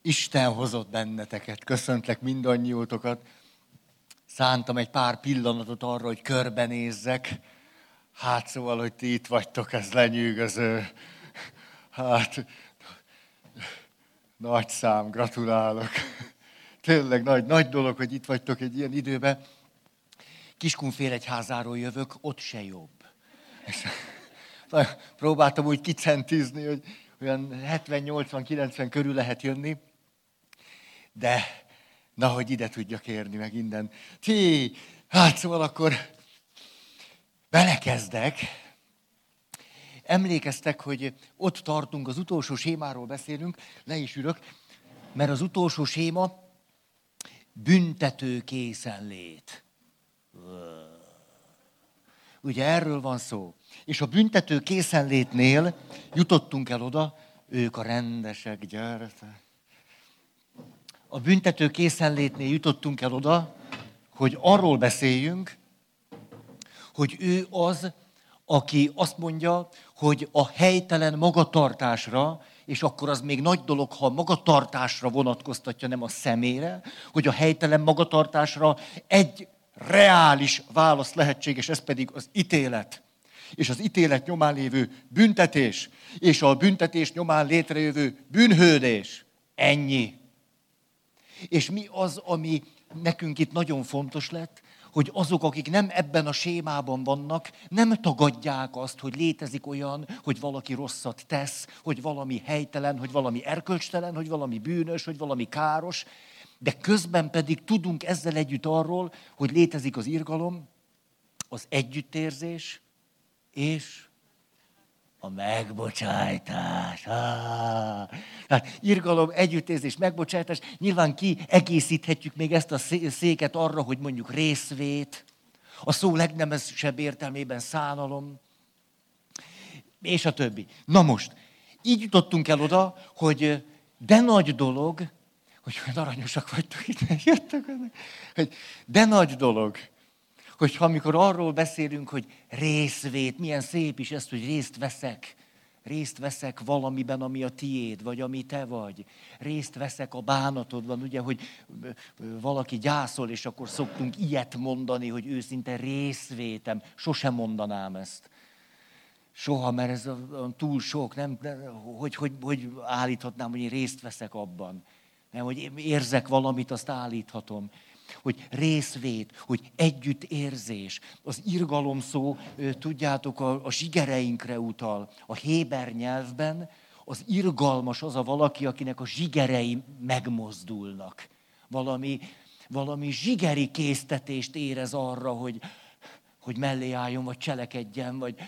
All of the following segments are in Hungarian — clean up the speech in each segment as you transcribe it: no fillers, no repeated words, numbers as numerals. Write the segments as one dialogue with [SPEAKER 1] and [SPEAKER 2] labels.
[SPEAKER 1] Isten hozott benneteket, köszöntlek mindannyiótokat. Szántam egy pár pillanatot arra, hogy körbenézzek. Hát szóval, hogy ti itt vagytok, ez lenyűgöző. Hát, nagy szám, gratulálok. Tényleg nagy dolog, hogy itt vagytok egy ilyen időben. Kiskunfélegyházáról jövök, ott se jobb. Próbáltam úgy kicentizni, hogy olyan 70-80-90 körül lehet jönni, de hogy ide tudjak érni, meg innen. Hát szóval akkor belekezdek. Emlékeztek, hogy ott tartunk, az utolsó sémáról beszélünk, le is ülök, mert az utolsó séma büntető készenlét. Ugye erről van szó. És a büntető készenlétnél jutottunk el oda, ők a rendesek, gyertek. A büntető készenlétnél jutottunk el oda, hogy arról beszéljünk, hogy ő az, aki azt mondja, hogy a helytelen magatartásra, és akkor az még nagy dolog, ha a magatartásra vonatkoztatja, nem a személyre, hogy a helytelen magatartásra egy reális válasz lehetséges, ez pedig az ítélet. És az ítélet nyomán lévő büntetés, és a büntetés nyomán létrejövő bűnhődés. Ennyi. És mi az, ami nekünk itt nagyon fontos lett, hogy azok, akik nem ebben a sémában vannak, nem tagadják azt, hogy létezik olyan, hogy valaki rosszat tesz, hogy valami helytelen, hogy valami erkölcstelen, hogy valami bűnös, hogy valami káros, de közben pedig tudunk ezzel együtt arról, hogy létezik az irgalom, az együttérzés és a megbocsájtás. Tehát irgalom, együttérzés, megbocsájtás. Nyilván kiegészíthetjük még ezt a széket arra, hogy mondjuk részvét, a szó legnemesebb értelmében szánalom, és a többi. Na most, így jutottunk el oda, hogy de nagy dolog, hogy aranyosak vagytok itt, jöttök, hogy de nagy dolog, hogyha amikor arról beszélünk, hogy részvét, milyen szép is ez, hogy részt veszek valamiben, ami a tiéd, vagy ami te vagy. Részt veszek a bánatodban, ugye, hogy valaki gyászol, és akkor szoktunk ilyet mondani, hogy őszinte részvétem. Sosem mondanám ezt. Soha, mert ez túl sok, nem, hogy állíthatnám, hogy én részt veszek abban. Nem, hogy érzek valamit, azt állíthatom. Hogy részvét, hogy együttérzés. Az irgalom szó, tudjátok, a zsigereinkre utal. A héber nyelvben az irgalmas az a valaki, akinek a zsigerei megmozdulnak. Valami zsigeri késztetést érez arra, hogy mellé álljon, vagy cselekedjen, vagy...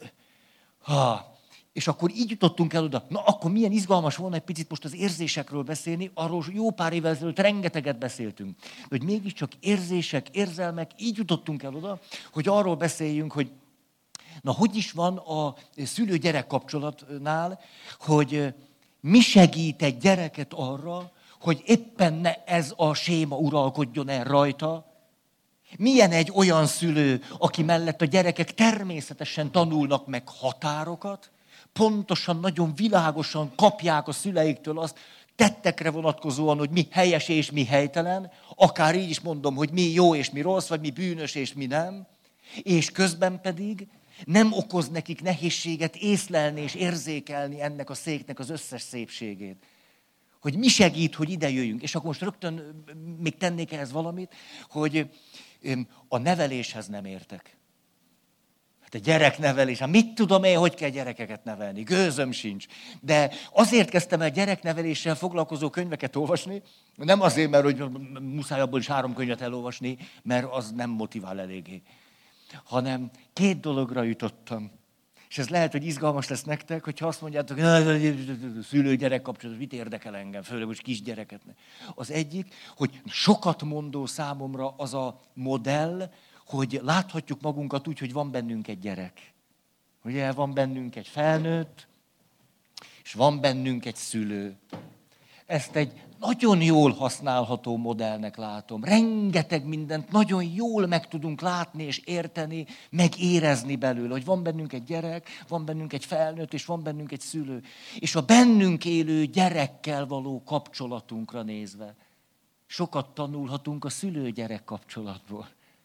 [SPEAKER 1] És akkor így jutottunk el oda. Na, akkor milyen izgalmas volna egy picit most az érzésekről beszélni, arról jó pár évvel ezelőtt rengeteget beszéltünk. Hogy mégiscsak érzések, érzelmek, így jutottunk el oda, hogy arról beszéljünk, hogy na, hogy is van a szülő-gyerek kapcsolatnál, hogy mi segít egy gyereket arra, hogy éppen ne ez a séma uralkodjon el rajta. Milyen egy olyan szülő, aki mellett a gyerekek természetesen tanulnak meg határokat, pontosan, nagyon világosan kapják a szüleiktől azt, tettekre vonatkozóan, hogy mi helyes és mi helytelen, akár így is mondom, hogy mi jó és mi rossz, vagy mi bűnös és mi nem, és közben pedig nem okoz nekik nehézséget észlelni és érzékelni ennek a széknek az összes szépségét. Hogy mi segít, hogy ide jöjjünk. És akkor most rögtön még tennék ehhez valamit, hogy a neveléshez nem értek. Hát a gyereknevelés, hát mit tudom én, hogy kell gyerekeket nevelni? Gőzöm sincs. De azért kezdtem el gyerekneveléssel foglalkozó könyveket olvasni, nem azért, mert hogy muszáj abból is 3 könyvet elolvasni, mert az nem motivál eléggé. Hanem 2 dologra jutottam. És ez lehet, hogy izgalmas lesz nektek, hogyha azt mondjátok, hogy szülő-gyerek kapcsolat, mit érdekel engem, főleg most kisgyereket. Az egyik, hogy sokat mondó számomra az a modell, hogy láthatjuk magunkat úgy, hogy van bennünk egy gyerek. Ugye van bennünk egy felnőtt, és van bennünk egy szülő. ezt egy nagyon jól használható modellnek látom. Rengeteg mindent nagyon jól meg tudunk látni és érteni, megérezni belőle, hogy van bennünk egy gyerek, van bennünk egy felnőtt, és van bennünk egy szülő. És a bennünk élő gyerekkel való kapcsolatunkra nézve sokat tanulhatunk a szülő-gyerek kapcsolatból.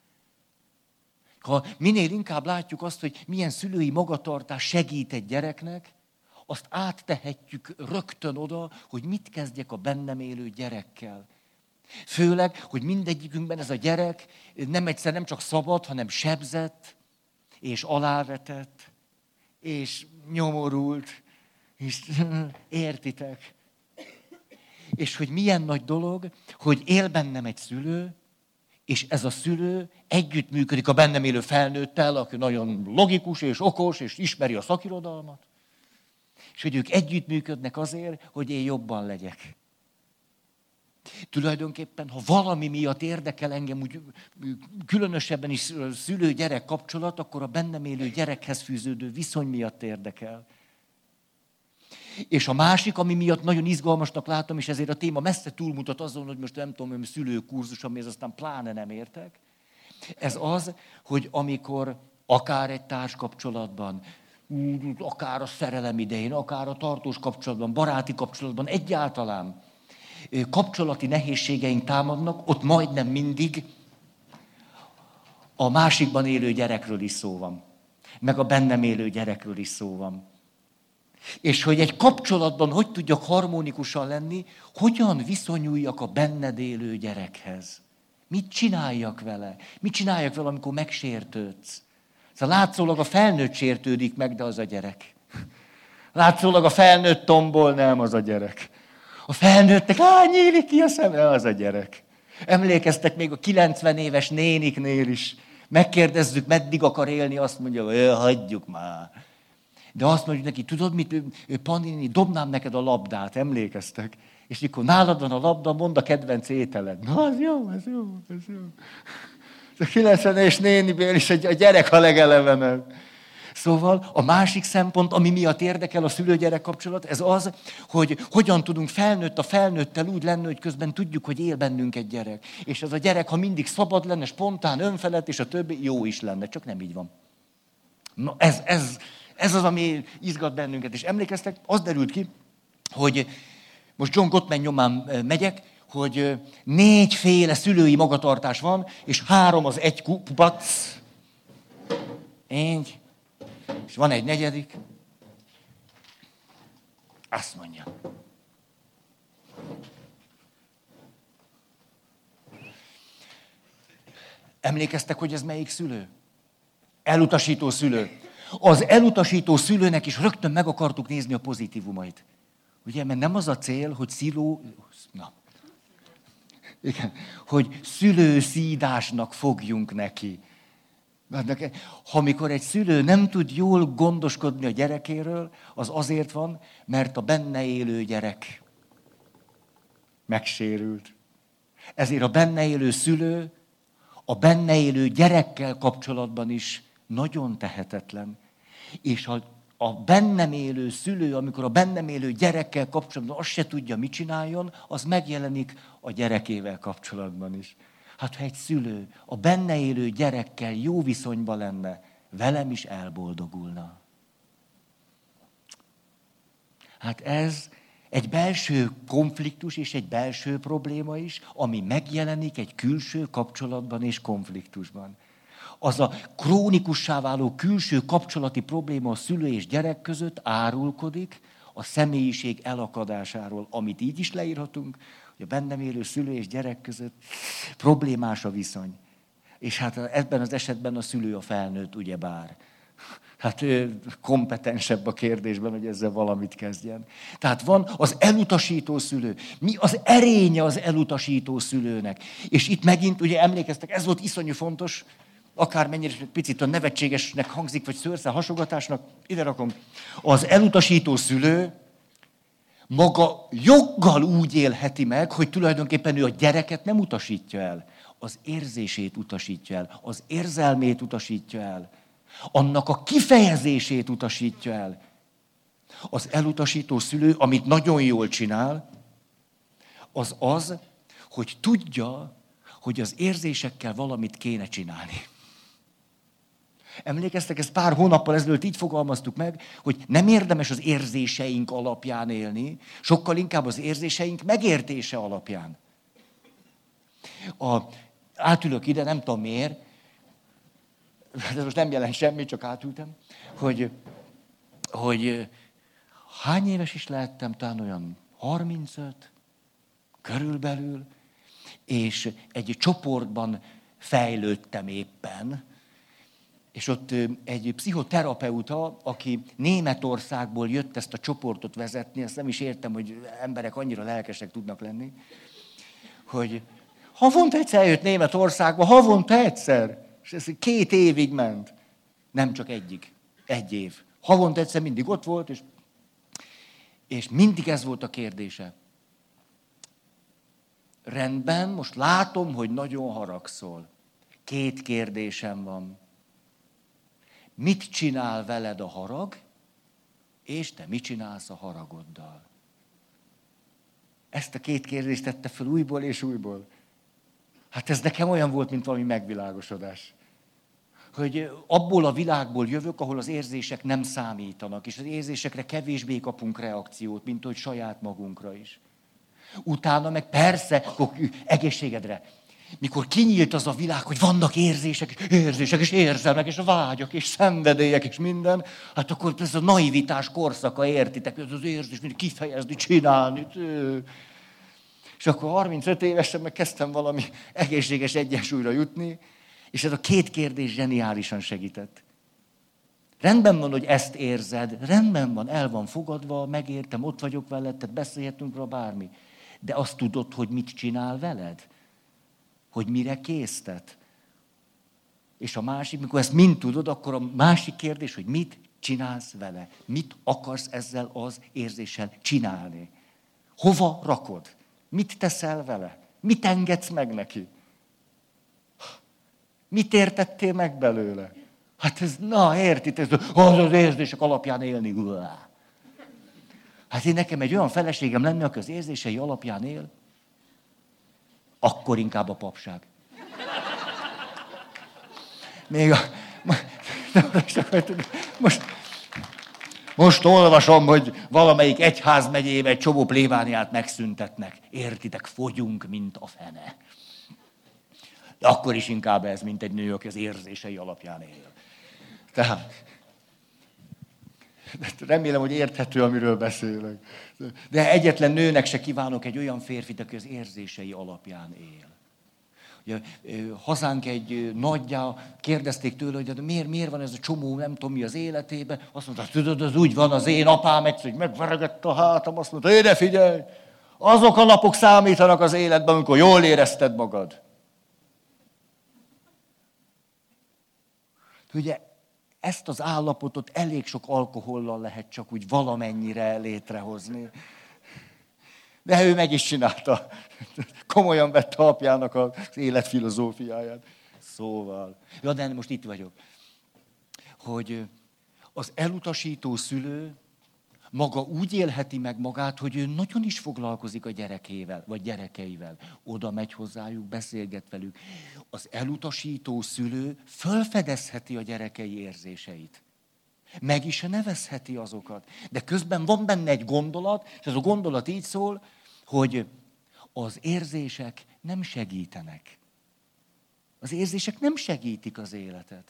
[SPEAKER 1] Ha minél inkább látjuk azt, hogy milyen szülői magatartás segít egy gyereknek, azt áttehetjük rögtön oda, hogy mit kezdjek a bennem élő gyerekkel. Főleg, hogy mindegyikünkben ez a gyerek nem csak szabad, hanem sebzett, és alávetett, és nyomorult, és értitek. És hogy milyen nagy dolog, hogy él bennem egy szülő, és ez a szülő együttműködik a bennem élő felnőttel, aki nagyon logikus és okos, és ismeri a szakirodalmat. És hogy ők együttműködnek azért, hogy én jobban legyek. Tulajdonképpen, ha valami miatt érdekel engem, úgy különösebben is szülő-gyerek kapcsolat, akkor a bennem élő gyerekhez fűződő viszony miatt érdekel. És a másik, ami miatt nagyon izgalmasnak látom, és ezért a téma messze túlmutat azon, hogy most nem tudom, hogy szülőkurzus, amihez aztán pláne nem értek, ez az, hogy amikor akár egy társkapcsolatban, akár a szerelem idején, akár a tartós kapcsolatban, baráti kapcsolatban, egyáltalán kapcsolati nehézségeink támadnak, ott majdnem mindig a másikban élő gyerekről is szó van. Meg a bennem élő gyerekről is szó van. És hogy egy kapcsolatban hogy tudjak harmonikusan lenni, hogyan viszonyuljak a benned élő gyerekhez. Mit csináljak vele? Mit csináljak vele, amikor megsértődsz? Szóval látszólag a felnőtt sértődik meg, de az a gyerek. Látszólag a felnőtt tombol, nem az a gyerek. A felnőttek, nyílik ki a szemre, az a gyerek. Emlékeztek még a 90 éves néniknél is. Megkérdezzük, meddig akar élni, azt mondja, hogy hagyjuk már. De azt mondjuk neki, tudod mit, Panini, dobnám neked a labdát, emlékeztek? És mikor nálad van a labda, mondd a kedvenc ételed. Na, az jó, az jó, az jó. A 90-es néniből is a gyerek a legelevenebb. Szóval a másik szempont, ami miatt érdekel a szülő-gyerek kapcsolat, ez az, hogy hogyan tudunk felnőtt a felnőttel úgy lenni, hogy közben tudjuk, hogy él bennünk egy gyerek. És ez a gyerek, ha mindig szabad lenne, spontán, önfelett, és a többi, jó is lenne, csak nem így van. Na, ez az, ami izgat bennünket. És emlékeztek, az derült ki, hogy most John Gottman nyomán megyek, hogy 4 féle szülői magatartás van, és 3 az egy kupac. Így. És van egy 4. Azt mondja. Emlékeztek, hogy ez melyik szülő? Elutasító szülő. Az elutasító szülőnek is rögtön meg akartuk nézni a pozitívumait. Ugye, mert nem az a cél, hogy hogy szülőszídásnak fogjunk neki. Ha amikor egy szülő nem tud jól gondoskodni a gyerekéről, az azért van, mert a benne élő gyerek megsérült. Ezért a benne élő szülő a benne élő gyerekkel kapcsolatban is nagyon tehetetlen. És a bennem élő szülő, amikor a bennem élő gyerekkel kapcsolatban azt se tudja, mit csináljon, az megjelenik a gyerekével kapcsolatban is. Hát ha egy szülő a benne élő gyerekkel jó viszonyban lenne, velem is elboldogulna. Hát ez egy belső konfliktus és egy belső probléma is, ami megjelenik egy külső kapcsolatban és konfliktusban. Az a krónikussá váló külső kapcsolati probléma a szülő és gyerek között árulkodik a személyiség elakadásáról, amit így is leírhatunk, hogy a bennem élő szülő és gyerek között problémás a viszony. És hát ebben az esetben a szülő a felnőtt, ugyebár. Hát ő kompetensebb a kérdésben, hogy ezzel valamit kezdjen. Tehát van az elutasító szülő. Mi az erénye az elutasító szülőnek? És itt megint, ugye emlékeztek, ez volt iszonyú fontos, akármennyire picit a nevetségesnek hangzik, vagy szőrszál hasogatásnak, ide rakom. Az elutasító szülő maga joggal úgy élheti meg, hogy tulajdonképpen ő a gyereket nem utasítja el. Az érzését utasítja el, az érzelmét utasítja el, annak a kifejezését utasítja el. Az elutasító szülő, amit nagyon jól csinál, az, hogy tudja, hogy az érzésekkel valamit kéne csinálni. Emlékeztek, ezt pár hónappal ezelőtt így fogalmaztuk meg, hogy nem érdemes az érzéseink alapján élni, sokkal inkább az érzéseink megértése alapján. Átülök ide, nem tudom miért, de most nem jelent semmit, csak átültem, hogy hány éves is lehettem, talán olyan 35 körülbelül, és egy csoportban fejlődtem éppen, és ott egy pszichoterapeuta, aki Németországból jött ezt a csoportot vezetni, azt nem is értem, hogy emberek annyira lelkesek tudnak lenni, hogy havonta egyszer eljött Németországba, havonta egyszer. És ez 2 évig ment. Nem csak egy év. Havonta egyszer mindig ott volt, és mindig ez volt a kérdése. Rendben, most látom, hogy nagyon haragszol. 2 kérdésem van. Mit csinál veled a harag, és te mit csinálsz a haragoddal? Ezt a 2 kérdést tette fel újból és újból. Hát ez nekem olyan volt, mint valami megvilágosodás. Hogy abból a világból jövök, ahol az érzések nem számítanak, és az érzésekre kevésbé kapunk reakciót, mint hogy saját magunkra is. Utána meg persze, egészségedre. Mikor kinyílt az a világ, hogy vannak érzések és érzelmek, és vágyak, és szenvedélyek, és minden, hát akkor ez a naivitás korszaka, értitek, ez az érzés, mind kifejezni, csinálni. És akkor 35 évesen meg kezdtem valami egészséges egyensúlyra jutni, és ez a 2 kérdés zseniálisan segített. Rendben van, hogy ezt érzed, rendben van, el van fogadva, megértem, ott vagyok veled, tehát beszélhetünk róla bármi. De azt tudod, hogy mit csinál veled? Hogy mire késztet? És a másik, mikor ezt mind tudod, akkor a másik kérdés, hogy mit csinálsz vele? Mit akarsz ezzel az érzéssel csinálni? Hova rakod? Mit teszel vele? Mit engedsz meg neki? Mit értettél meg belőle? Hát ez, értitek, ez az érzések alapján élni. Hát én nekem egy olyan feleségem lenne, aki az érzései alapján él, akkor inkább a papság. Most olvasom, hogy valamelyik egyházmegyébe egy csomó plébániát megszüntetnek. Értitek, fogyunk, mint a fene. De akkor is inkább ez, mint egy nő, aki az érzései alapján él. Tehát, remélem, hogy érthető, amiről beszélek. De egyetlen nőnek se kívánok egy olyan férfit, aki az érzései alapján él. Ugye, hazánk egy nagyjá, kérdezték tőle, hogy miért van ez a csomó, nem tudom mi az életében. Azt mondta, tudod, az úgy van, az én apám egyszer, hogy megveregett a hátam, azt mondta, ne figyelj, azok a napok számítanak az életben, amikor jól érezted magad. Ugye ezt az állapotot elég sok alkohollal lehet csak úgy valamennyire létrehozni. De ő meg is csinálta. Komolyan vette apjának az életfilozófiáját. Szóval. Ja, de most itt vagyok. Hogy az elutasító szülő maga úgy élheti meg magát, hogy ő nagyon is foglalkozik a gyerekével, vagy gyerekeivel. Oda megy hozzájuk, beszélget velük. Az elutasító szülő fölfedezheti a gyerekei érzéseit. Meg is nevezheti azokat. De közben van benne egy gondolat, és ez a gondolat így szól, hogy az érzések nem segítenek. Az érzések nem segítik az életet.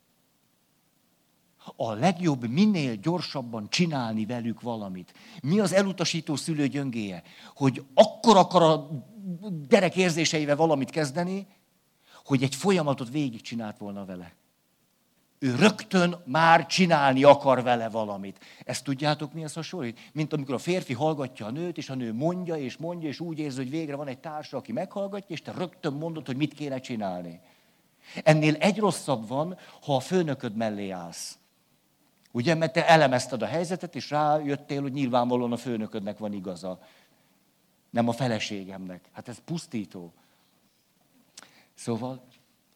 [SPEAKER 1] A legjobb minél gyorsabban csinálni velük valamit. Mi az elutasító szülő gyöngéje? Hogy akkor akar a gyerek érzéseivel valamit kezdeni, hogy egy folyamatot végigcsinált volna vele. Ő rögtön már csinálni akar vele valamit. Ezt tudjátok, mihez hasonlít? Mint amikor a férfi hallgatja a nőt, és a nő mondja, és úgy érzi, hogy végre van egy társa, aki meghallgatja, és te rögtön mondod, hogy mit kéne csinálni. Ennél egy rosszabb van, ha a főnököd mellé állsz. Ugye, mert te elemezted a helyzetet, és rájöttél, hogy nyilvánvalóan a főnöködnek van igaza. Nem a feleségemnek. Hát ez pusztító. Szóval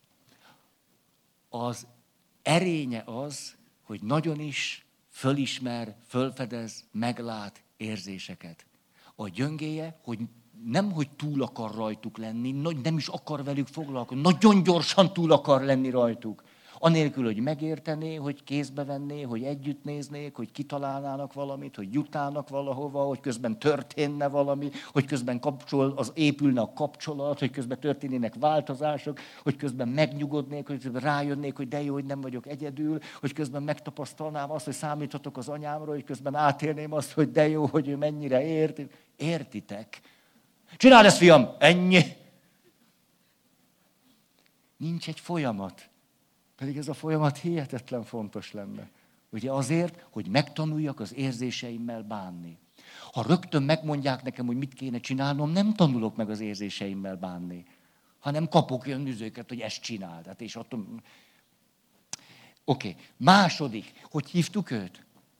[SPEAKER 1] az erénye az, hogy nagyon is fölismer, fölfedez, meglát érzéseket. A gyöngéje, hogy nem, hogy túl akar rajtuk lenni, nem is akar velük foglalkozni, nagyon gyorsan túl akar lenni rajtuk. Anélkül, hogy megértené, hogy kézbe venné, hogy együtt néznék, hogy kitalálnának valamit, hogy jutnának valahova, hogy közben történne valami, hogy közben épülne a kapcsolat, hogy közben történnének változások, hogy közben megnyugodnék, hogy közben rájönnék, hogy de jó, hogy nem vagyok egyedül, hogy közben megtapasztalnám azt, hogy számíthatok az anyámra, hogy közben átélném azt, hogy de jó, hogy ő mennyire ért. Értitek? Csináld ezt, fiam! Ennyi! Nincs egy folyamat. Pedig ez a folyamat hihetetlen fontos lenne. Ugye azért, hogy megtanuljak az érzéseimmel bánni. Ha rögtön megmondják nekem, hogy mit kéne csinálnom, nem tanulok meg az érzéseimmel bánni. Hanem kapok olyan üzőket, hogy ezt csináld. Hát és attól... Oké. Második. Hogy hívtuk őt?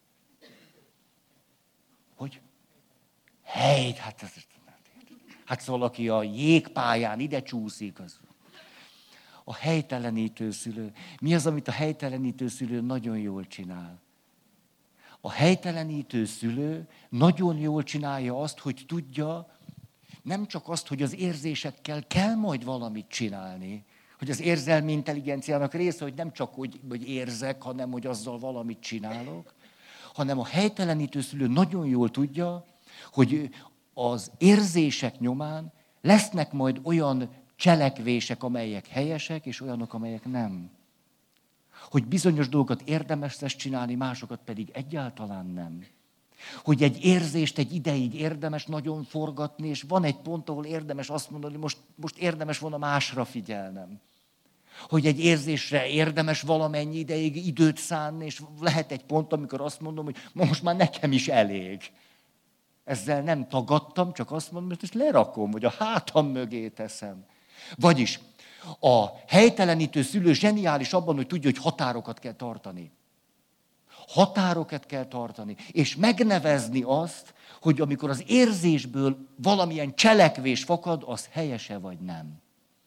[SPEAKER 1] Hogy? Helyt. Hát szóval, aki a jégpályán ide csúszik, az... A helytelenítő szülő. Mi az, amit a helytelenítő szülő nagyon jól csinál? A helytelenítő szülő nagyon jól csinálja azt, hogy tudja, nem csak azt, hogy az érzésekkel kell majd valamit csinálni, hogy az érzelmi intelligenciának része, hogy nem csak, hogy érzek, hanem, hogy azzal valamit csinálok, hanem a helytelenítő szülő nagyon jól tudja, hogy az érzések nyomán lesznek majd olyan cselekvések, amelyek helyesek, és olyanok, amelyek nem. Hogy bizonyos dolgokat érdemes lesz csinálni, másokat pedig egyáltalán nem. Hogy egy érzést egy ideig érdemes nagyon forgatni, és van egy pont, ahol érdemes azt mondani, most érdemes volna másra figyelnem. Hogy egy érzésre érdemes valamennyi ideig időt szánni, és lehet egy pont, amikor azt mondom, hogy most már nekem is elég. Ezzel nem tagadtam, csak azt mondom, hogy ezt lerakom, vagy a hátam mögé teszem. Vagyis a helytelenítő szülő zseniális abban, hogy tudja, hogy határokat kell tartani. Határokat kell tartani, és megnevezni azt, hogy amikor az érzésből valamilyen cselekvés fakad, az helyese vagy nem.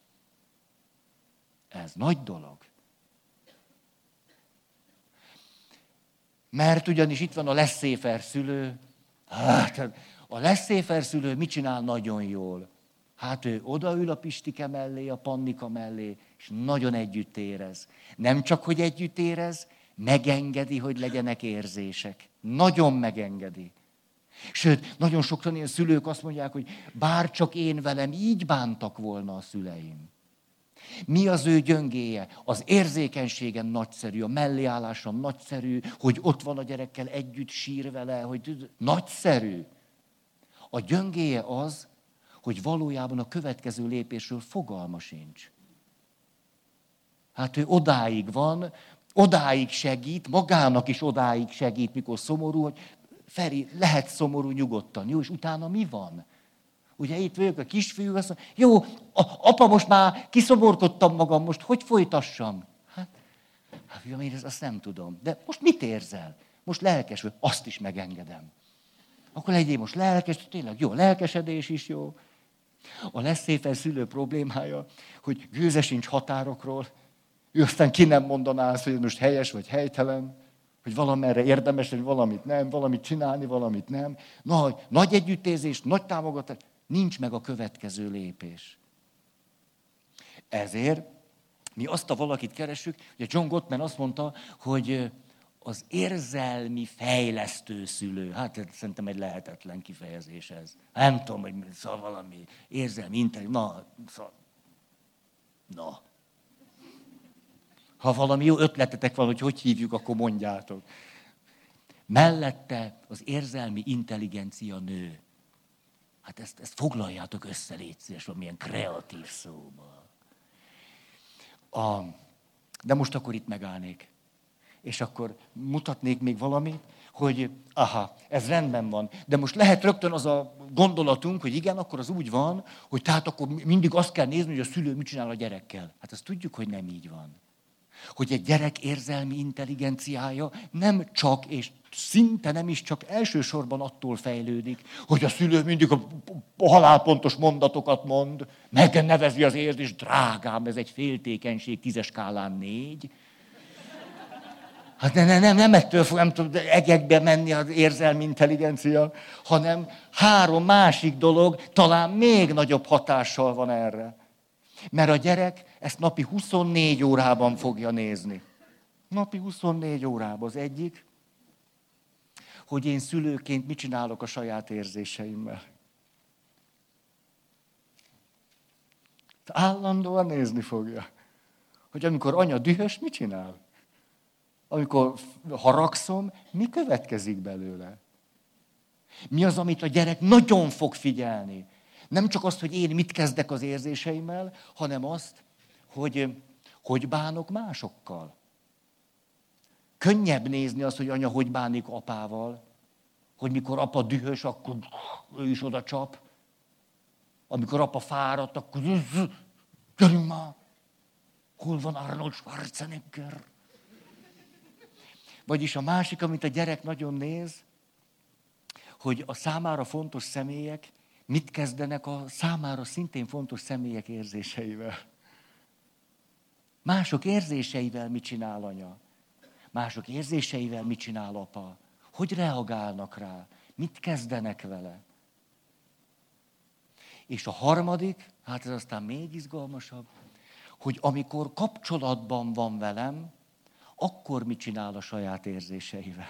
[SPEAKER 1] Ez nagy dolog. Mert ugyanis itt van a laissez-faire szülő. Hát, a laissez-faire szülő mit csinál nagyon jól? Hát ő odaül a Pistike mellé, a Pannika mellé, és nagyon együtt érez. Nem csak, hogy együtt érez, megengedi, hogy legyenek érzések. Nagyon megengedi. Sőt, nagyon sokszor ilyen szülők azt mondják, hogy bár csak én velem így bántak volna a szüleim. Mi az ő gyöngéje? Az érzékenységem nagyszerű, a melléállásom nagyszerű, hogy ott van a gyerekkel együtt sír vele, hogy nagyszerű. A gyöngéje az, hogy valójában a következő lépésről fogalma sincs. Hát ő odáig van, odáig segít, magának is odáig segít, mikor szomorú, hogy Feri, lehet szomorú nyugodtan, jó, és utána mi van? Ugye itt vagyok a kisfiú, azt mondja, jó, apa, most már kiszomorkodtam magam, most hogy folytassam? Hát fiam, én azt nem tudom. De most mit érzel? Most lelkes vagy, azt is megengedem. Akkor legyél most lelkes, tényleg jó, lelkesedés is jó. A laissez-faire szülő problémája, hogy gőze sincs határokról, ő aztán ki nem mondaná azt, hogy most helyes vagy helytelen, hogy valamerre érdemes, hogy valamit nem, valamit csinálni, valamit nem. Nagy együttérzés, nagy támogatás, nincs meg a következő lépés. Ezért mi azt a valakit keresünk, ugye John Gottman azt mondta, hogy az érzelmi fejlesztő szülő, hát szerintem egy lehetetlen kifejezés ez. Nem tudom, hogy szóval valami érzelmi intelligencia, na. Ha valami jó ötletetek van, hogy hívjuk, akkor mondjátok. Mellette az érzelmi intelligencia nő. Hát ezt foglaljátok össze, légy szíves, valamilyen kreatív szóba. De most akkor itt megállnék. És akkor mutatnék még valamit, hogy ez rendben van. De most lehet rögtön az a gondolatunk, hogy igen, akkor az úgy van, hogy tehát akkor mindig azt kell nézni, hogy a szülő mit csinál a gyerekkel. Hát azt tudjuk, hogy nem így van. Hogy egy gyerek érzelmi intelligenciája nem csak, és szinte nem is csak elsősorban attól fejlődik, hogy a szülő mindig a halálpontos mondatokat mond, megnevezi az érzést, drágám, ez egy féltékenység 10-es skálán 4. Hát nem ettől fog, nem tudom egekbe menni az érzelmi intelligencia, hanem 3 másik dolog talán még nagyobb hatással van erre. Mert a gyerek ezt napi 24 órában fogja nézni. Napi 24 órában az egyik, hogy én szülőként mit csinálok a saját érzéseimmel. Állandóan nézni fogja, hogy amikor anya dühös, mit csinál? Amikor haragszom, mi következik belőle? Mi az, amit a gyerek nagyon fog figyelni? Nem csak azt, hogy én mit kezdek az érzéseimmel, hanem azt, hogy bánok másokkal. Könnyebb nézni azt, hogy anya hogy bánik apával, hogy mikor apa dühös, akkor ő is oda csap. Amikor apa fáradt, akkor gyerünk már, hol van Arnold Schwarzenegger? Vagyis a másik, amit a gyerek nagyon néz, hogy a számára fontos személyek mit kezdenek a számára szintén fontos személyek érzéseivel. Mások érzéseivel mit csinál anya? Mások érzéseivel mit csinál apa? Hogy reagálnak rá? Mit kezdenek vele? És a harmadik, hát ez aztán még izgalmasabb, hogy amikor kapcsolatban van velem, akkor mit csinál a saját érzéseivel.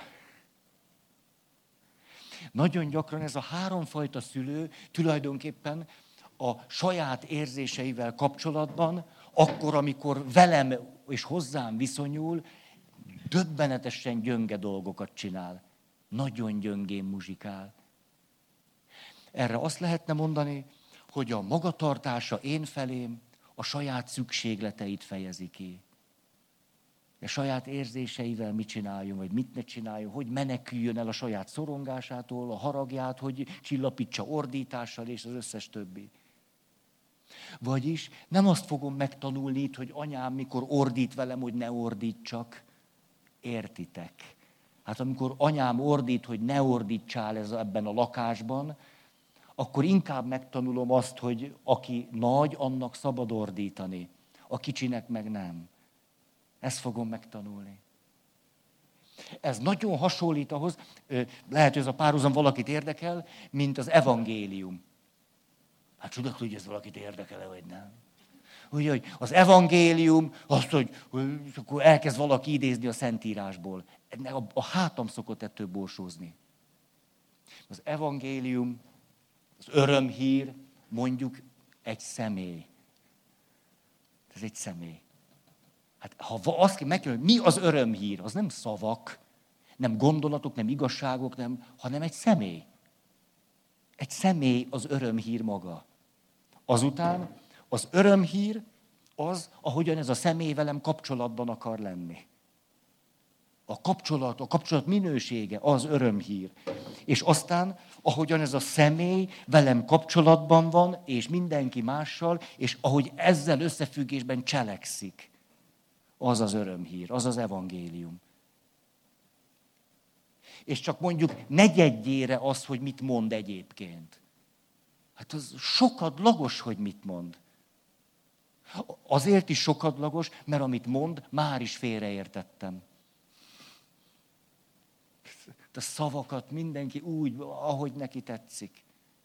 [SPEAKER 1] Nagyon gyakran ez a 3 fajta szülő tulajdonképpen a saját érzéseivel kapcsolatban, akkor, amikor velem és hozzám viszonyul, döbbenetesen gyönge dolgokat csinál. Nagyon gyöngén muzsikál. Erre azt lehetne mondani, hogy a magatartása én felém a saját szükségleteit fejezi ki. A saját érzéseivel mit csináljon, vagy mit ne csináljon, hogy meneküljön el a saját szorongásától, a haragját, hogy csillapítsa ordítással, és az összes többi. Vagyis nem azt fogom megtanulni itt, hogy anyám mikor ordít velem, hogy ne ordítsak. Értitek? Hát amikor anyám ordít, hogy ne ordítsál ebben a lakásban, akkor inkább megtanulom azt, hogy aki nagy, annak szabad ordítani. A kicsinek meg nem. Ezt fogom megtanulni. Ez nagyon hasonlít ahhoz, lehet, hogy ez a párhuzam valakit érdekel, mint az evangélium. Hát csodatul, hogy ez valakit érdekel-e, vagy nem. Ugye, hogy az evangélium, azt, hogy akkor elkezd valaki idézni a Szentírásból. A hátam szokott ettől borsózni. Az evangélium, az örömhír, mondjuk egy személy. Ez egy személy. Hát ha azt kell megkérdezni, hogy mi az örömhír, az nem szavak, nem gondolatok, nem igazságok, hanem egy személy. Egy személy az örömhír maga. Azután az örömhír az, ahogyan ez a személy velem kapcsolatban akar lenni. A kapcsolat minősége az örömhír. És aztán, ahogyan ez a személy velem kapcsolatban van, és mindenki mással, és ahogy ezzel összefüggésben cselekszik, az az örömhír, az az evangélium. És csak mondjuk negyedjére az, hogy mit mond egyébként. Hát az sokadlagos, hogy mit mond. Azért is sokadlagos, mert amit mond, már is félreértettem. A szavakat mindenki úgy, ahogy neki tetszik.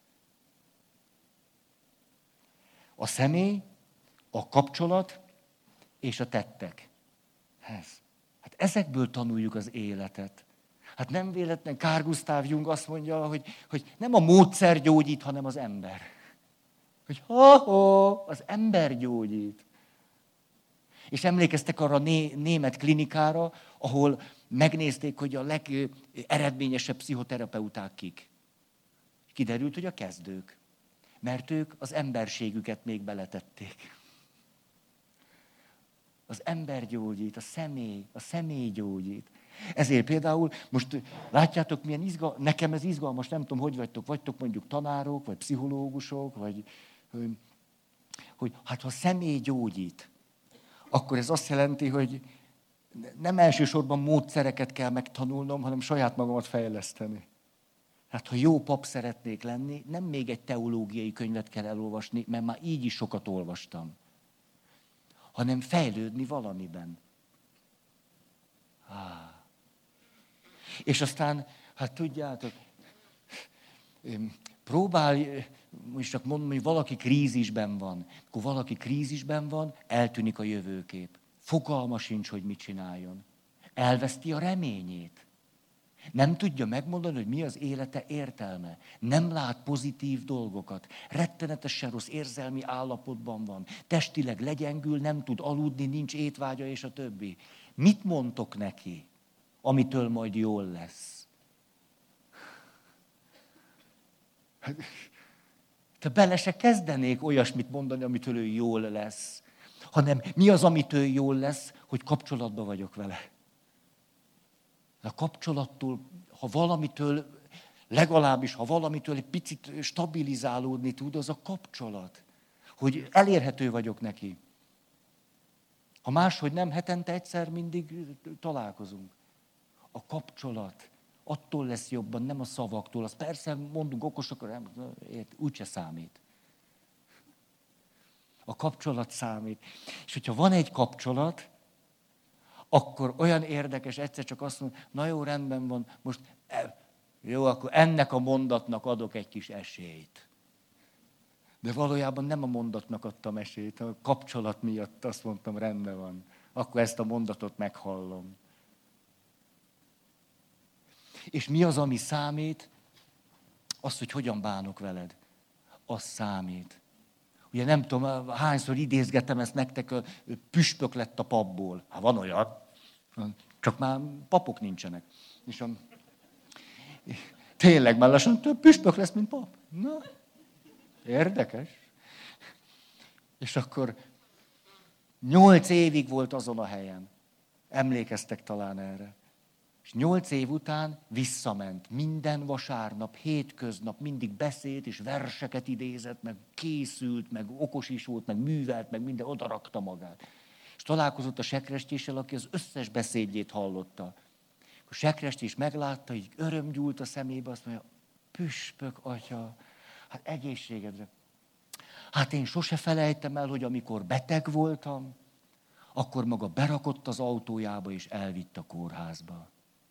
[SPEAKER 1] A személy, a kapcsolat és a tettek. Hát ezekből tanuljuk az életet. Hát nem véletlen Carl Gustav Jung azt mondja, hogy nem a módszer gyógyít, hanem az ember. Hogy az ember gyógyít. És emlékeztek arra a német klinikára, ahol megnézték, hogy a legeredményesebb pszichoterapeuták kik. Kiderült, hogy a kezdők. Mert ők az emberségüket még beletették. Az ember gyógyít, a személy gyógyít. Ezért például, most látjátok, milyen nekem ez izgalmas, nem tudom, hogy vagytok mondjuk tanárok, vagy pszichológusok, vagy hogy hát ha a személy gyógyít, akkor ez azt jelenti, hogy nem elsősorban módszereket kell megtanulnom, hanem saját magamat fejleszteni. Hát ha jó pap szeretnék lenni, nem még egy teológiai könyvet kell elolvasni, mert már így is sokat olvastam, hanem fejlődni valamiben. És aztán, hát tudjátok, próbálj, most csak mondom, hogy valaki krízisben van. Akkor valaki krízisben van, eltűnik a jövőkép. Fogalma sincs, hogy mit csináljon. Elveszti a reményét. Nem tudja megmondani, hogy mi az élete értelme. Nem lát pozitív dolgokat. Rettenetesen rossz érzelmi állapotban van. Testileg legyengül, nem tud aludni, nincs étvágya és a többi. Mit mondtok neki, amitől majd jól lesz? Te bele se kezdenék olyasmit mondani, amitől ő jól lesz. Hanem mi az, amitől jól lesz, hogy kapcsolatban vagyok vele. A kapcsolattól, ha valamitől, legalábbis ha valamitől egy picit stabilizálódni tud, az a kapcsolat. Hogy elérhető vagyok neki. Ha máshogy nem, hetente egyszer mindig találkozunk. A kapcsolat attól lesz jobban, nem a szavaktól. Azt persze mondunk okosakra, úgyse számít. A kapcsolat számít. És hogyha van egy kapcsolat, akkor olyan érdekes, egyszer csak azt mondom, na jó, rendben van, most jó, akkor ennek a mondatnak adok egy kis esélyt. De valójában nem a mondatnak adtam esélyt, a kapcsolat miatt azt mondtam, rendben van. Akkor ezt a mondatot meghallom. És mi az, ami számít? Az, hogy hogyan bánok veled. Az számít. Ugye nem tudom, hányszor idézgetem ezt nektek, a püspök lett a papból. Hát van olyan, csak már papok nincsenek. És tényleg már lassan több püspök lesz, mint pap. Na, érdekes. És akkor 8 évig volt azon a helyen. Emlékeztek talán erre. És 8 év után visszament. Minden vasárnap, hétköznap mindig beszélt, és verseket idézett, meg készült, meg okos is volt, meg művelt, meg minden, odarakta magát. És találkozott a sekrestéssel, aki az összes beszédjét hallotta. A sekrestés meglátta, hogy öröm gyúlt a szemébe, azt mondja, püspök atya, hát egészségedre. Hát én sose felejtem el, hogy amikor beteg voltam, akkor maga berakott az autójába, és elvitt a kórházba.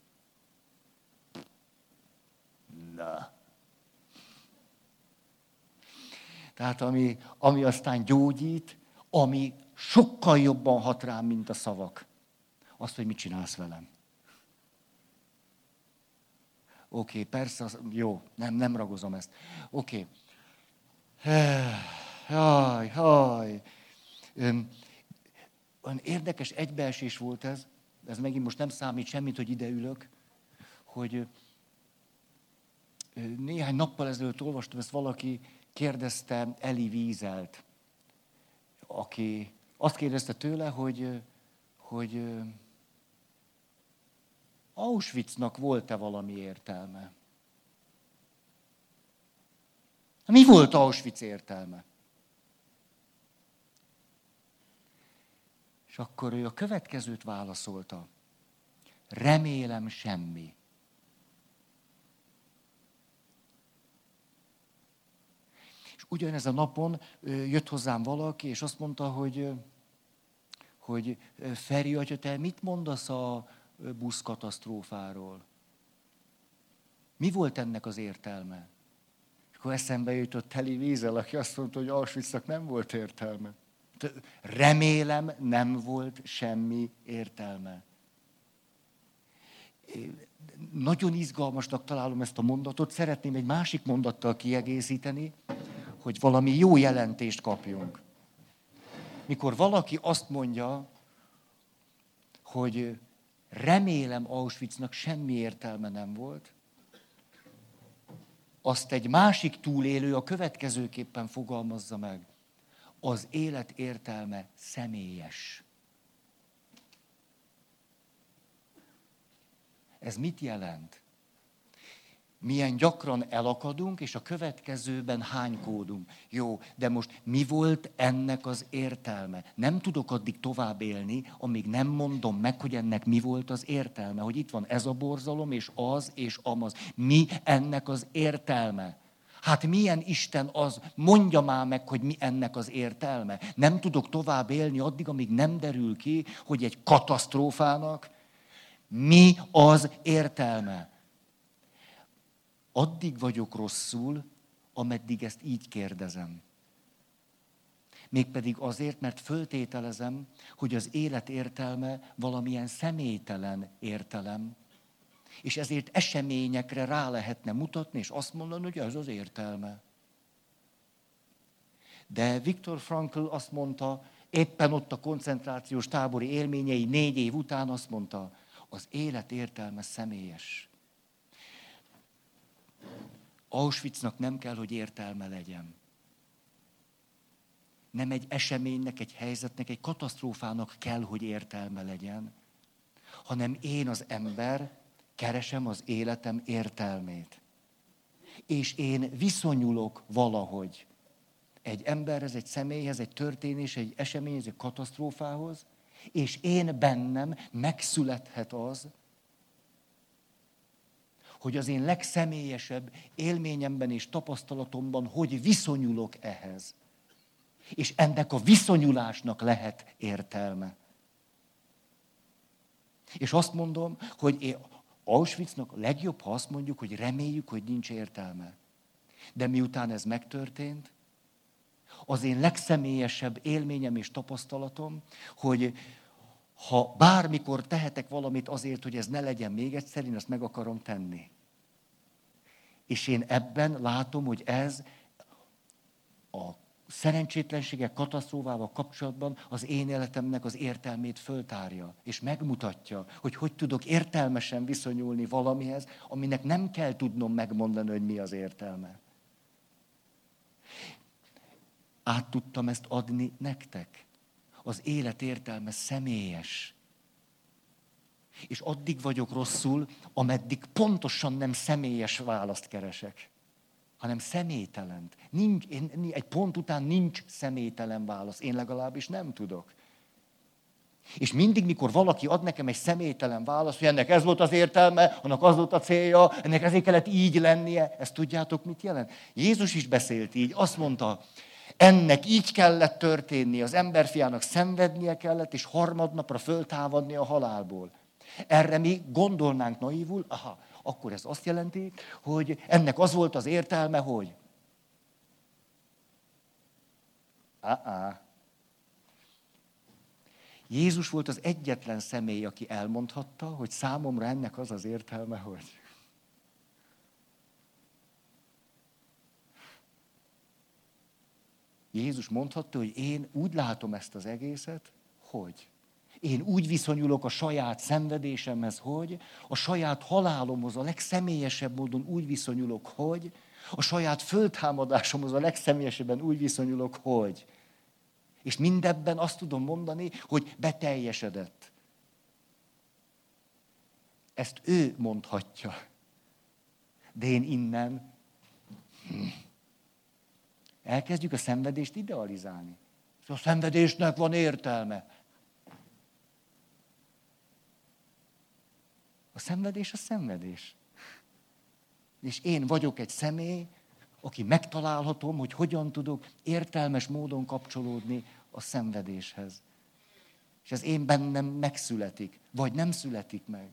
[SPEAKER 1] Na. Tehát ami aztán gyógyít, ami sokkal jobban hat rám, mint a szavak. Azt, hogy mit csinálsz velem. Oké, persze, jó, nem ragozom ezt. Oké. Jaj. Olyan érdekes egybeesés volt ez megint most nem számít semmit, hogy ide ülök, hogy néhány nappal ezelőtt olvastam, ezt valaki kérdezte Elie Wieselt, aki azt kérdezte tőle, hogy Auschwitznak volt-e valami értelme? Mi volt Auschwitz értelme? És akkor ő a következőt válaszolta. Remélem semmi. És ugyanez a napon jött hozzám valaki, és azt mondta, hogy Feri atya, te mit mondasz a buszkatasztrófáról? Mi volt ennek az értelme? És akkor eszembe jutott Elie Wiesel, aki azt mondta, hogy Auschwitznak nem volt értelme. Remélem, nem volt semmi értelme. Nagyon izgalmasnak találom ezt a mondatot, szeretném egy másik mondattal kiegészíteni, hogy valami jó jelentést kapjunk. Mikor valaki azt mondja, hogy remélem Auschwitznak semmi értelme nem volt, azt egy másik túlélő a következőképpen fogalmazza meg. Az élet értelme személyes. Ez mit jelent? Milyen gyakran elakadunk, és a következőben hánykódunk. Jó, de most mi volt ennek az értelme? Nem tudok addig tovább élni, amíg nem mondom meg, hogy ennek mi volt az értelme. Hogy itt van ez a borzalom, és amaz. Mi ennek az értelme? Hát milyen Isten az? Mondja már meg, hogy mi ennek az értelme. Nem tudok tovább élni addig, amíg nem derül ki, hogy egy katasztrófának Mi az értelme? Addig vagyok rosszul, ameddig ezt így kérdezem. Mégpedig azért, mert föltételezem, hogy az élet értelme valamilyen személytelen értelem, és ezért eseményekre rá lehetne mutatni, és azt mondani, hogy ez az értelme. De Viktor Frankl azt mondta, éppen ott a koncentrációs tábori élményei 4 év után azt mondta, az élet értelme személyes. Auschwitznak nem kell, hogy értelme legyen. Nem egy eseménynek, egy helyzetnek, egy katasztrófának kell, hogy értelme legyen, hanem én az ember keresem az életem értelmét. És én viszonyulok valahogy egy emberhez, egy személyhez, egy történés, egy eseményhez, egy katasztrófához, és én bennem megszülethet az, hogy az én legszemélyesebb élményemben és tapasztalatomban hogy viszonyulok ehhez. És ennek a viszonyulásnak lehet értelme. És azt mondom, hogy Auschwitznak a legjobb, ha azt mondjuk, hogy reméljük, hogy nincs értelme. De miután ez megtörtént, az én legszemélyesebb élményem és tapasztalatom, hogy ha bármikor tehetek valamit azért, hogy ez ne legyen még egyszer, én azt meg akarom tenni. És én ebben látom, hogy ez a szerencsétlenségek katasztrófával kapcsolatban az én életemnek az értelmét föltárja, és megmutatja, hogy hogy tudok értelmesen viszonyulni valamihez, aminek nem kell tudnom megmondani, hogy mi az értelme. Át tudtam ezt adni nektek. Az élet értelme személyes. És addig vagyok rosszul, ameddig pontosan nem személyes választ keresek, hanem személytelent. Egy pont után nincs személytelen válasz. Én legalábbis nem tudok. És mindig, mikor valaki ad nekem egy személytelen választ, hogy ennek ez volt az értelme, annak az volt a célja, ennek ezért kellett így lennie, ezt tudjátok, mit jelent? Jézus is beszélt így, azt mondta, ennek így kellett történni, az emberfiának szenvednie kellett, és harmadnapra föltámadni a halálból. Erre mi gondolnánk naívul, akkor ez azt jelenti, hogy ennek az volt az értelme, hogy... Jézus volt az egyetlen személy, aki elmondhatta, hogy számomra ennek az az értelme, hogy... Jézus mondhatta, hogy én úgy látom ezt az egészet, hogy... Én úgy viszonyulok a saját szenvedésemhez, hogy a saját halálomhoz a legszemélyesebb módon úgy viszonyulok, hogy a saját föltámadásomhoz a legszemélyesebben úgy viszonyulok, hogy. És mindebben azt tudom mondani, hogy beteljesedett. Ezt ő mondhatja. De én innen elkezdjük a szenvedést idealizálni. A szenvedésnek van értelme. A szenvedés a szenvedés. És én vagyok egy személy, aki megtalálhatom, hogy hogyan tudok értelmes módon kapcsolódni a szenvedéshez. És ez én bennem megszületik, vagy nem születik meg.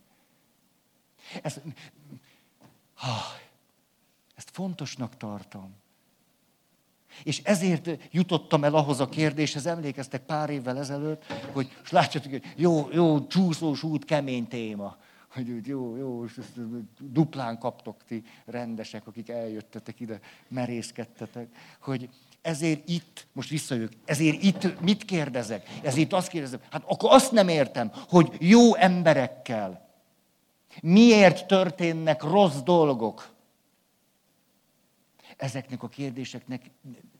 [SPEAKER 1] Ezt fontosnak tartom. És ezért jutottam el ahhoz a kérdéshez, emlékeztek pár évvel ezelőtt, hogy látjátok, hogy jó, csúszós út, kemény téma. Hogy jó, duplán kaptok ti rendesek, akik eljöttetek ide, merészkedtetek, hogy ezért itt, most visszajövök, ezért itt mit kérdezek? Ezért azt kérdezem, hát akkor azt nem értem, hogy jó emberekkel miért történnek rossz dolgok. Ezeknek a kérdéseknek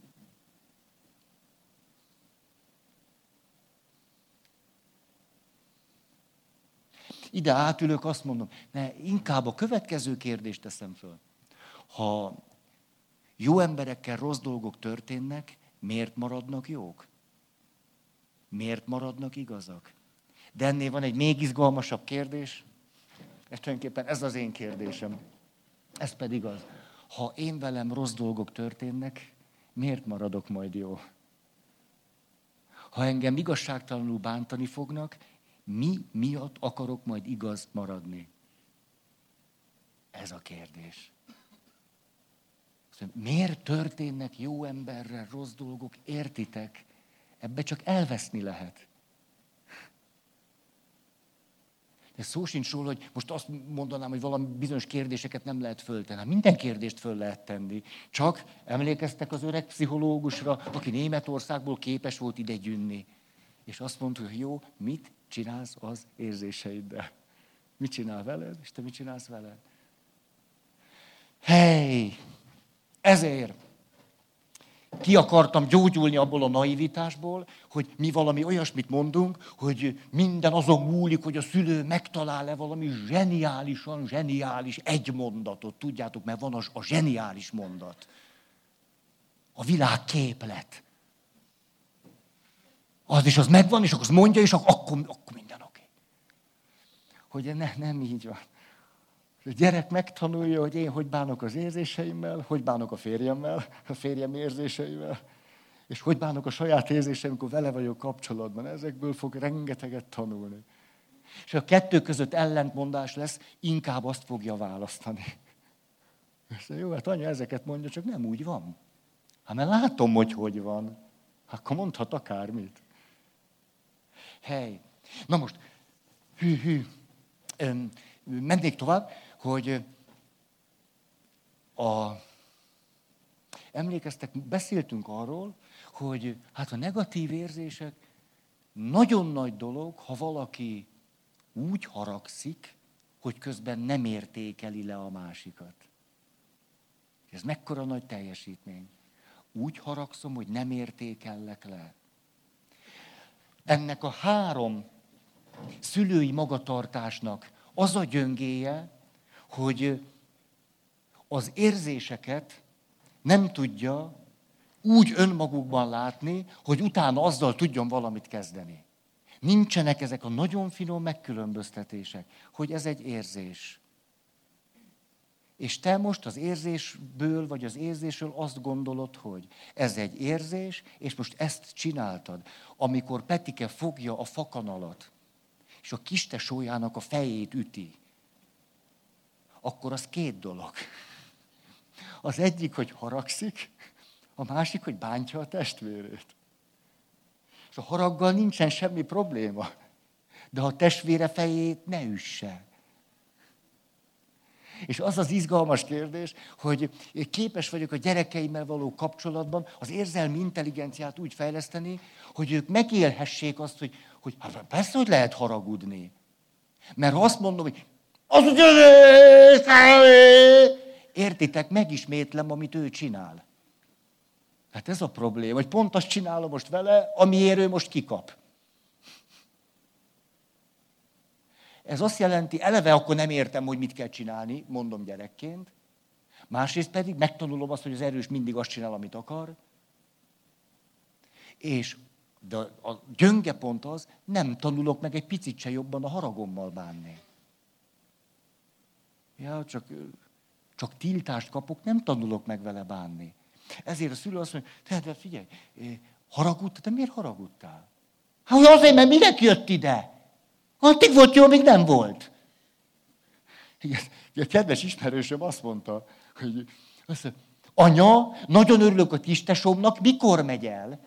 [SPEAKER 1] ide átülök, azt mondom, inkább a következő kérdést teszem föl. Ha jó emberekkel rossz dolgok történnek, miért maradnak jók? Miért maradnak igazak? De ennél van egy még izgalmasabb kérdés. Tulajdonképpen ez az én kérdésem. Ez pedig az. Ha én velem rossz dolgok történnek, miért maradok majd jó? Ha engem igazságtalanul bántani fognak, Mi miatt akarok majd igaz maradni? Ez a kérdés. Miért történnek jó emberrel rossz dolgok? Értitek? Ebbe csak elveszni lehet. De szó sincs róla, hogy most azt mondanám, hogy valami bizonyos kérdéseket nem lehet föltenni. Minden kérdést föl lehet tenni. Csak emlékeztek az öreg pszichológusra, aki Németországból képes volt ide gyűnni. És azt mondta, hogy jó, mit csinálsz az érzéseiddel? Mit csinál veled, és te mit csinálsz veled? Hey! Ezért ki akartam gyógyulni abból a naivitásból, hogy mi valami olyasmit mondunk, hogy minden azon múlik, hogy a szülő megtalál-e valami zseniális egy mondatot. Tudjátok, mert van a zseniális mondat. A világképlet. Az is az megvan, és akkor azt mondja, és akkor minden oké. Hogy nem így van. A gyerek megtanulja, hogy én hogy bánok az érzéseimmel, hogy bánok a férjemmel, a férjem érzéseivel, és hogy bánok a saját érzéseim, amikor vele vagyok kapcsolatban. Ezekből fog rengeteget tanulni. És a kettő között ellentmondás lesz, inkább azt fogja választani. Jó, hát anya ezeket mondja, csak nem úgy van. Hát mert látom, hogy van. Akkor mondhat akármit. Hey. Na most, mennék tovább, hogy emlékeztek, beszéltünk arról, hogy hát a negatív érzések nagyon nagy dolog, ha valaki úgy haragszik, hogy közben nem értékeli le a másikat. Ez mekkora nagy teljesítmény. Úgy haragszom, hogy nem értékellek le. Ennek a 3 szülői magatartásnak az a gyöngéje, hogy az érzéseket nem tudja úgy önmagukban látni, hogy utána azzal tudjon valamit kezdeni. Nincsenek ezek a nagyon finom megkülönböztetések, hogy ez egy érzés. És te most az érzésből, vagy az érzésről azt gondolod, hogy ez egy érzés, és most ezt csináltad. Amikor Petike fogja a fakanalat, és a kistesójának a fejét üti, akkor az 2 dolog. Az egyik, hogy haragszik, a másik, hogy bántja a testvérét. És a haraggal nincsen semmi probléma. De a testvére fejét ne üsse. És az az izgalmas kérdés, hogy képes vagyok a gyerekeimmel való kapcsolatban az érzelmi intelligenciát úgy fejleszteni, hogy ők megélhessék azt, hogy hát persze, hogy lehet haragudni. Mert ha azt mondom, hogy értitek, megismétlem, amit ő csinál. Hát ez a probléma, hogy pont azt csinálom most vele, amiért ő most kikap. Ez azt jelenti, eleve akkor nem értem, hogy mit kell csinálni, mondom gyerekként. Másrészt pedig megtanulom azt, hogy az erős mindig azt csinál, amit akar. De a gyönge pont az, nem tanulok meg egy picit se jobban a haragommal bánni. Ja, csak tiltást kapok, nem tanulok meg vele bánni. Ezért a szülő azt mondja, de figyelj, haragudtál? Te miért haragudtál? Hát azért, mert minek jött ide? Addig volt jó, még nem volt. Igen, a kedves ismerősöm azt mondta, hogy anya, nagyon örülök a kistesómnak, mikor megy el?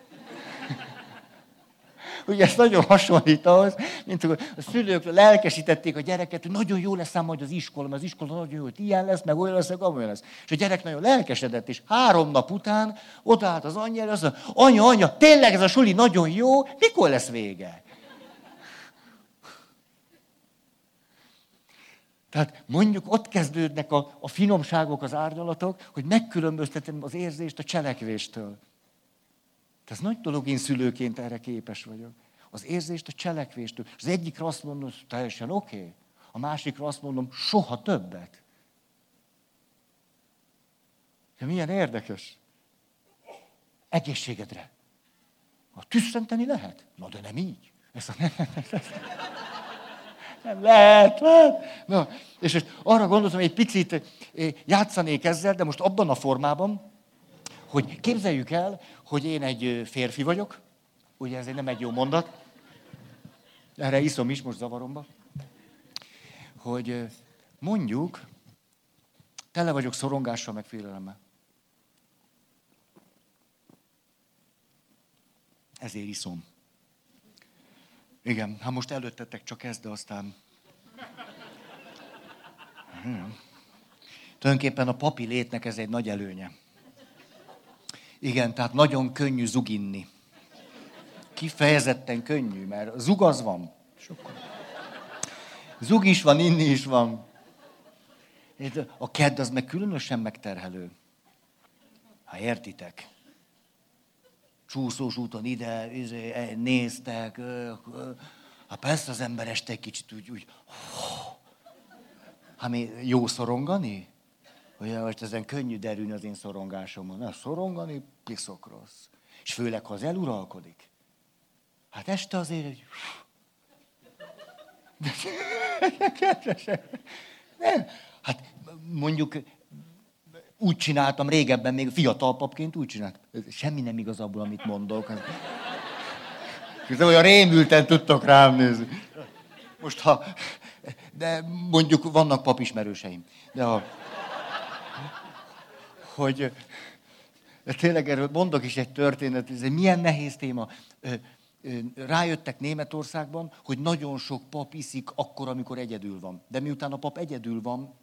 [SPEAKER 1] Ugye ez nagyon hasonlít ahhoz, mint akkor a szülők lelkesítették a gyereket, hogy nagyon jó lesz ám majd az iskola, mert az iskola nagyon jó, hogy ilyen lesz, meg olyan lesz, meg amolyan lesz. És a gyerek nagyon lelkesedett, és 3 nap után odaállt az anyjára, azt mondja, anya, tényleg ez a suli nagyon jó, mikor lesz vége? Tehát mondjuk ott kezdődnek a finomságok, az árnyalatok, hogy megkülönböztetem az érzést a cselekvéstől. Ez nagy dolog, én szülőként erre képes vagyok. Az érzést a cselekvéstől. Az egyikre azt mondom, hogy teljesen oké. A másikra azt mondom, soha többet. De milyen érdekes. Egészségedre. Tüsszenteni lehet? Na, de nem így. Nem lehet. Na, és most arra gondoltam, hogy egy picit játszanék ezzel, de most abban a formában, hogy képzeljük el, hogy én egy férfi vagyok, ugye ez nem egy jó mondat, erre iszom is most zavaromba, hogy mondjuk, tele vagyok szorongással, meg félelemmel. Ezért iszom. Igen, hát most előttetek csak ezt, de aztán... Tulajdonképpen a papi létnek ez egy nagy előnye. Igen, tehát nagyon könnyű zuginni. Kifejezetten könnyű, mert zug az van. Sokkal. Zug is van, inni is van. A kedd az meg különösen megterhelő. Ha értitek. Csúszós úton ide, néztek. Hát persze az ember este egy kicsit úgy hát mi jó szorongani? Ugye most ezen könnyű derülni az én szorongásomon. Na, szorongani piszok rossz. És főleg, ha az eluralkodik. Hát este azért egy... Nem. Hát mondjuk úgy csináltam régebben, még fiatal papként úgy csináltam. Semmi nem igaz abból, amit mondok. Olyan rémülten tudtok rám nézni. Most ha... De mondjuk vannak papismerőseim. De hogy tényleg erről mondok is egy történet, ez egy milyen nehéz téma. Rájöttek Németországban, hogy nagyon sok pap iszik akkor, amikor egyedül van. De miután a pap egyedül van,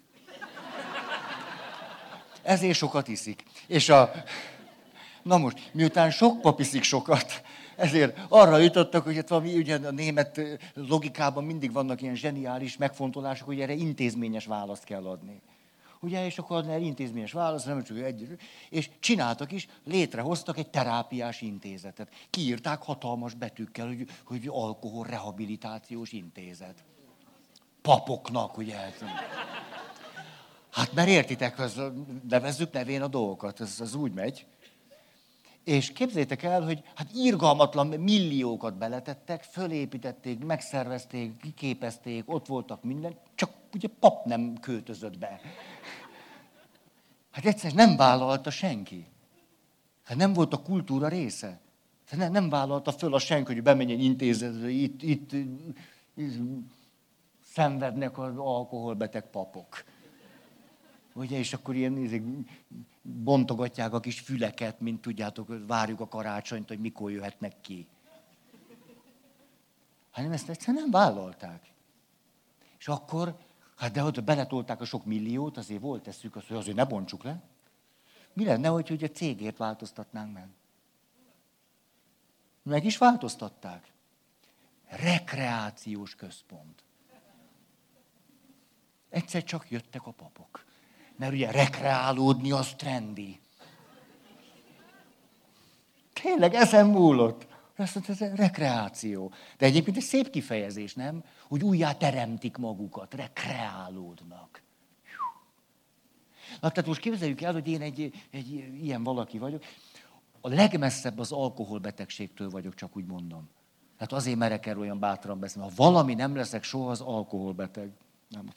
[SPEAKER 1] ezért sokat iszik. És na most, miután sok pap iszik sokat, ezért arra jutottak, hogy hát valami, ugye a német logikában mindig vannak ilyen zseniális megfontolások, hogy erre intézményes választ kell adni. Ugye, és akkor adni egy intézményes választ, nem csak egy, és csináltak is, létrehoztak egy terápiás intézetet. Kiírták hatalmas betűkkel, hogy alkoholrehabilitációs intézet. Papoknak, ugye. Hát mert értitek, nevezzük nevén a dolgokat, ez úgy megy. És képzeljétek el, hogy hát irgalmatlan milliókat beletettek, fölépítették, megszervezték, kiképezték, ott voltak minden, csak ugye pap nem költözött be. Hát egyszerűen nem vállalta senki. Hát nem volt a kultúra része. Hát nem vállalta föl a senki, hogy bemenjen intézetbe, itt szenvednek az alkoholbeteg papok. Ugye, és akkor ilyen bontogatják a kis füleket, mint tudjátok, várjuk a karácsonyt, hogy mikor jöhetnek ki. Hanem ezt egyszerűen nem vállalták. És akkor, hát de ott beletolták a sok milliót, azért volt eszük azt, hogy azért ne bontsuk le. Mi lenne, hogy a cégért változtatnánk meg? Meg is változtatták. Rekreációs központ. Egyszer csak jöttek a papok. Mert ugye rekreálódni az trendi. Tényleg ezen múlott. Azt mondta, ez rekreáció. De egyébként egy szép kifejezés, nem? Hogy újjá teremtik magukat, rekreálódnak. Na, tehát most képzeljük el, hogy én egy ilyen valaki vagyok. A legmesszebb az alkoholbetegségtől vagyok, csak úgy mondom. Hát azért merek erről olyan bátran beszélni. Ha valami nem leszek soha, az alkoholbeteg. Nem.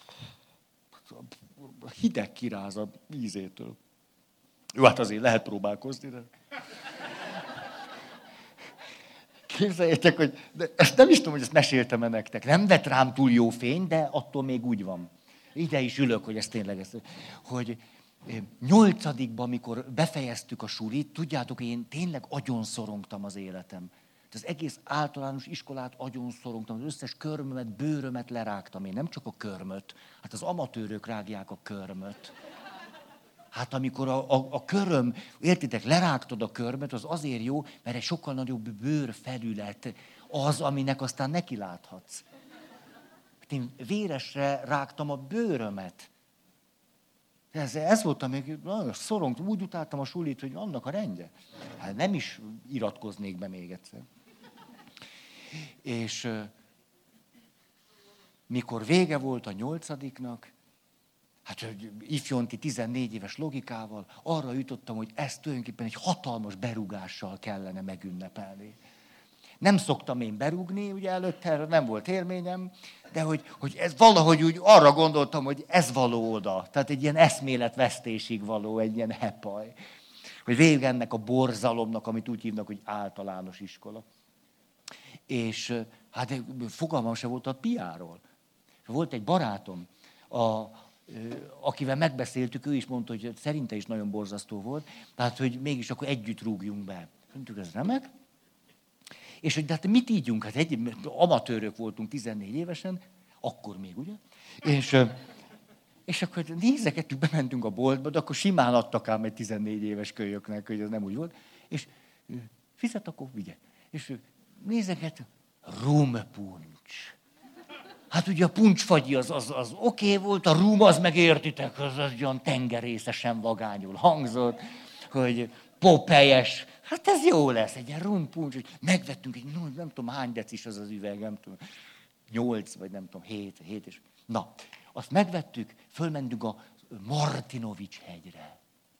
[SPEAKER 1] Hideg kiráz a ízétől. Jó, hát azért lehet próbálkozni, de... Képzeljétek, hogy... De ezt nem is tudom, hogy ezt meséltem-e nektek. Nem vett rám túl jó fény, de attól még úgy van. Ide is ülök, hogy ez tényleg... Hogy 8-ban, amikor befejeztük a sulit, tudjátok, én tényleg agyon szorongtam az életem. Az egész általános iskolát agyon szorongtam, az összes körmömet, bőrömet lerágtam. Én nem csak a körmöt, hát az amatőrök rágják a körmöt. Hát amikor a köröm, értitek, lerágtad a körmöt, az azért jó, mert egy sokkal nagyobb bőrfelület az, aminek aztán nekiláthatsz. Én véresre rágtam a bőrömet. Ez volt, amíg nagyon szorongtam, úgy utáltam a sulit, hogy annak a rendje. Hát nem is iratkoznék be még egyszer. És mikor vége volt a 8-nak, hát ifjonti 14 éves logikával, arra jutottam, hogy ezt tulajdonképpen egy hatalmas berúgással kellene megünnepelni. Nem szoktam én berúgni, ugye előtte nem volt élményem, de hogy ez valahogy úgy arra gondoltam, hogy ez való oda. Tehát egy ilyen eszméletvesztésig való, egy ilyen hepaj. Hogy végig ennek a borzalomnak, amit úgy hívnak, hogy általános iskola. És Hát de fogalmam se volt a piáról. Volt egy barátom, akivel megbeszéltük, ő is mondta, hogy szerinte is nagyon borzasztó volt, tehát, hogy mégis akkor együtt rúgjunk be. Mondtuk, ez remek. És hogy de hát mit ígyunk? Hát amatőrök voltunk 14 évesen, akkor még, ugye? És akkor nézegettük, bementünk a boltba, de akkor simán adtak ám egy 14 éves kölyöknek, hogy ez nem úgy volt. És fizet, akkor vigye. És nézegettük, rumpuncs. Hát ugye a puncsfagyi az oké volt, a rum az meg értitek, az olyan tengerészesen vagányul hangzott, hogy popelyes. Hát ez jó lesz, egy ilyen rumpuncs, hogy megvettünk egy, nem tudom hány decis az az üveg, nem tudom, 8 vagy nem tudom, 7 és... Na, azt megvettük, fölmentünk a Martinovics hegyre.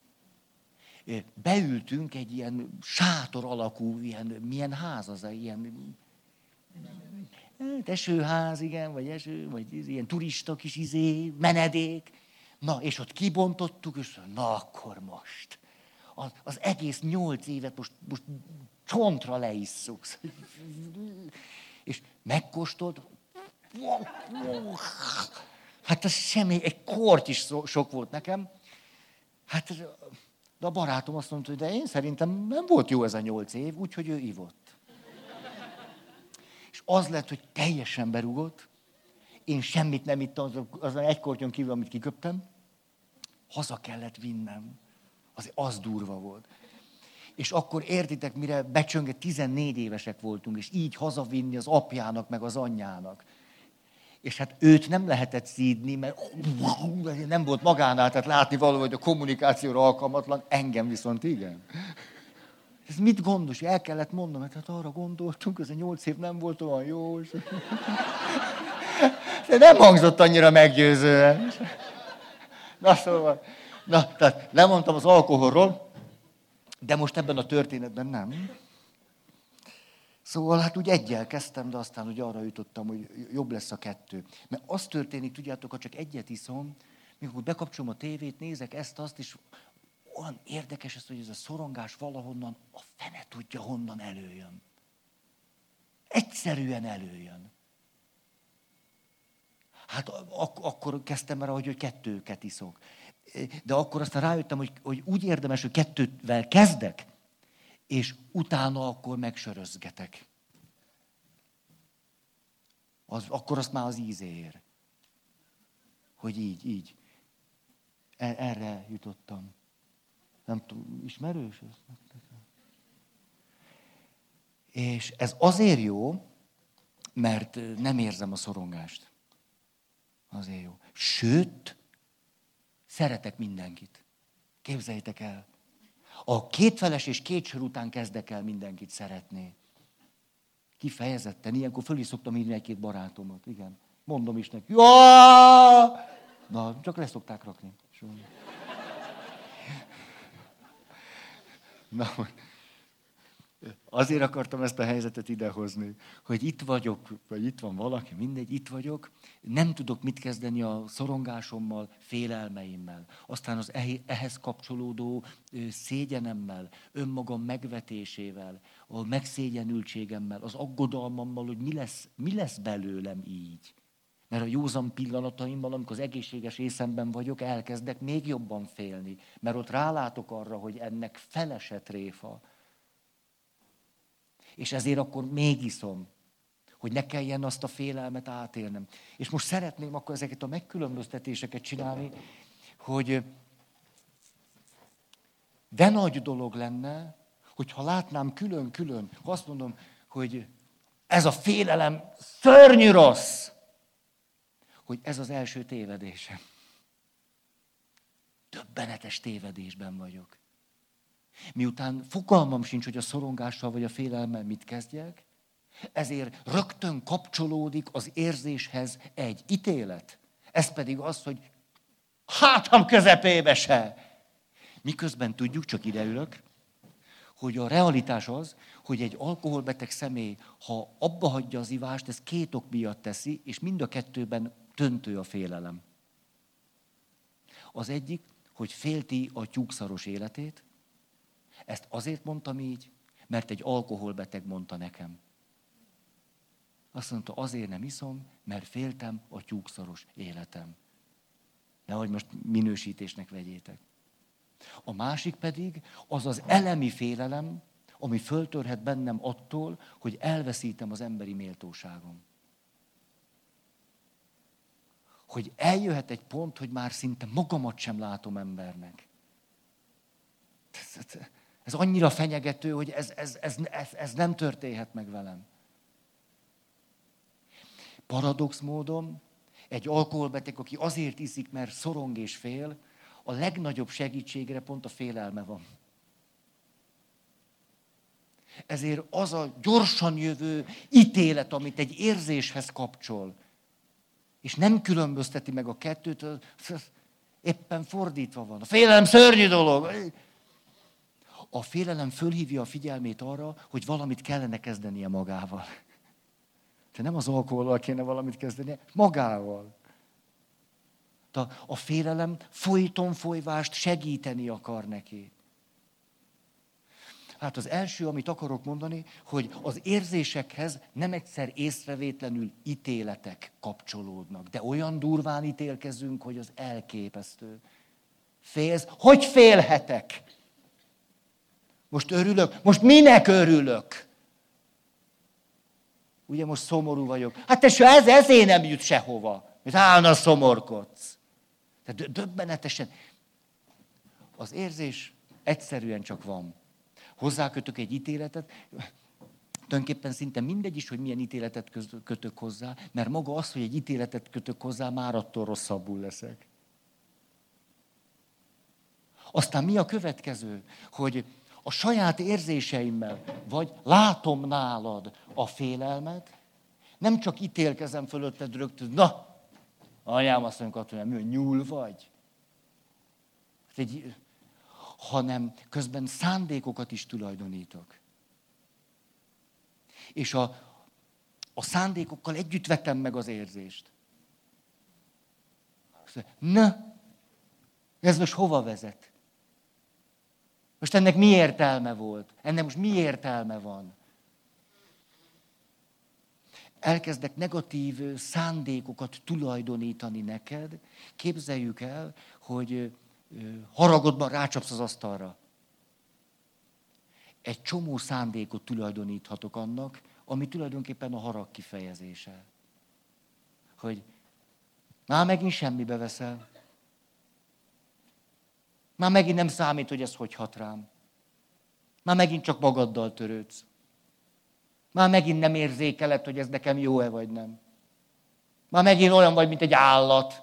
[SPEAKER 1] Beültünk egy ilyen sátor alakú, milyen ház az, ilyen esőház, igen, vagy ilyen turista kis menedék. Na, és ott kibontottuk, és na akkor most. Az egész 8 évet most csontra leisszuk. És megkóstolt. Hát az semmi, egy kort is sok volt nekem. Hát de a barátom azt mondta, hogy de én szerintem nem volt jó ez a 8 év, úgyhogy ő ivott. És az lett, hogy teljesen berúgott. Én semmit nem ittam, azon egy kortyon kívül, amit kiköptem. Haza kellett vinnem. Az durva volt. És akkor értitek, mire becsöngett, 14 évesek voltunk, és így hazavinni az apjának, meg az anyjának. És hát őt nem lehetett szídni, mert nem volt magánál, tehát látni való, hogy a kommunikációra alkalmatlan, engem viszont igen. Ez mit gondos? El kellett mondanom, mert hát arra gondoltunk, ez a 8 év nem volt olyan jó. De nem hangzott annyira meggyőzően. Na szóval, tehát lemondtam az alkoholról, de most ebben a történetben nem. Szóval hát úgy egyel kezdtem, de aztán úgy arra jutottam, hogy jobb lesz a 2. Mert az történik, tudjátok, ha csak egyet iszom, mikor bekapcsolom a tévét, nézek ezt-azt, és olyan érdekes ez, hogy ez a szorongás valahonnan, a fene tudja, honnan előjön. Egyszerűen előjön. Hát akkor kezdtem el, hogy 2 iszok. De akkor aztán rájöttem, hogy úgy érdemes, hogy 2-vel kezdek, és utána akkor megsörözgetek. Akkor azt már az íze ér. Hogy így. Erre jutottam. Nem tudom, ismerős ez? És ez azért jó, mert nem érzem a szorongást. Azért jó. Sőt, szeretek mindenkit. Képzeljétek el. A 2 feles és 2 sör után kezdek el mindenkit szeretni. Kifejezetten. Ilyenkor föl is szoktam írni 1-2 barátomat. Igen. Mondom is neki. Na, csak le szokták rakni. Na, azért akartam ezt a helyzetet idehozni, hogy itt vagyok, vagy itt van valaki, mindegy, itt vagyok, nem tudok mit kezdeni a szorongásommal, félelmeimmel, aztán az ehhez kapcsolódó szégyenemmel, önmagam megvetésével, a megszégyenültségemmel, az aggodalmammal, hogy mi lesz belőlem így. Mert a józan pillanataimban, amikor az egészséges észemben vagyok, elkezdek még jobban félni, mert ott rálátok arra, hogy ennek felesett tréfa. És ezért akkor még iszom, hogy ne kelljen azt a félelmet átélnem. És most szeretném akkor ezeket a megkülönböztetéseket csinálni, hogy de nagy dolog lenne, hogyha látnám külön-külön, ha azt mondom, hogy ez a félelem szörnyű rossz, hogy ez az első tévedésem. Döbbenetes tévedésben vagyok. Miután fogalmam sincs, hogy a szorongással vagy a félelemmel mit kezdjek, ezért rögtön kapcsolódik az érzéshez egy ítélet. Ez pedig az, hogy hátam közepébe se. Miközben tudjuk, csak ideülök, hogy a realitás az, hogy egy alkoholbeteg személy, ha abba hagyja az ivást, ez 2 ok miatt teszi, és mind a 2-ben döntő a félelem. Az egyik, hogy félti a tyúkszaros életét. Ezt azért mondtam így, mert egy alkoholbeteg mondta nekem. Azt mondta, azért nem iszom, mert féltem a tyúkszaros életem. Nehogy most minősítésnek vegyétek. A másik pedig az az elemi félelem, ami föltörhet bennem attól, hogy elveszítem az emberi méltóságom. Hogy eljöhet egy pont, hogy már szinte magamat sem látom embernek. Ez annyira fenyegető, hogy ez nem történhet meg velem. Paradox módon egy alkoholbeteg, aki azért iszik, mert szorong és fél, a legnagyobb segítségre pont a félelme van. Ezért az a gyorsan jövő ítélet, amit egy érzéshez kapcsol, és nem különbözteti meg a kettőt, az éppen fordítva van. A félelem szörnyű dolog. A félelem fölhívja a figyelmét arra, hogy valamit kellene kezdenie magával. De nem az alkohollal kéne valamit kezdenie, magával. A félelem folyton folyvást segíteni akar neki. Hát az első, amit akarok mondani, hogy az érzésekhez nem egyszer észrevétlenül ítéletek kapcsolódnak. De olyan durván ítélkezünk, hogy az elképesztő. Félsz? Hogy félhetek? Most örülök? Most minek örülök? Ugye most szomorú vagyok. Hát te ezért nem jut sehova. Mert állna szomorkodsz. Tehát döbbenetesen. Az érzés egyszerűen csak van. Hozzákötök egy ítéletet, tulajdonképpen szinte mindegy is, hogy milyen ítéletet kötök hozzá, mert maga az, hogy egy ítéletet kötök hozzá, már attól rosszabbul leszek. Aztán mi a következő? Hogy a saját érzéseimmel, vagy látom nálad a félelmet, nem csak ítélkezem fölötted rögtön, na, anyám azt mondja, Katonám, mi, nyúl vagy? Hanem közben szándékokat is tulajdonítok. És a szándékokkal együtt vetem meg az érzést. Na, ez most hova vezet? Most ennek mi értelme volt? Ennek most mi értelme van? Elkezdek negatív szándékokat tulajdonítani neked. Képzeljük el, hogy haragodban rácsapsz az asztalra. Egy csomó szándékot tulajdoníthatok annak, ami tulajdonképpen a harag kifejezése. Hogy már megint semmibe veszel. Már megint nem számít, hogy ez hogy hat rám. Már megint csak magaddal törődsz. Már megint nem érzékeled, hogy ez nekem jó-e vagy nem. Már megint olyan vagy, mint egy állat.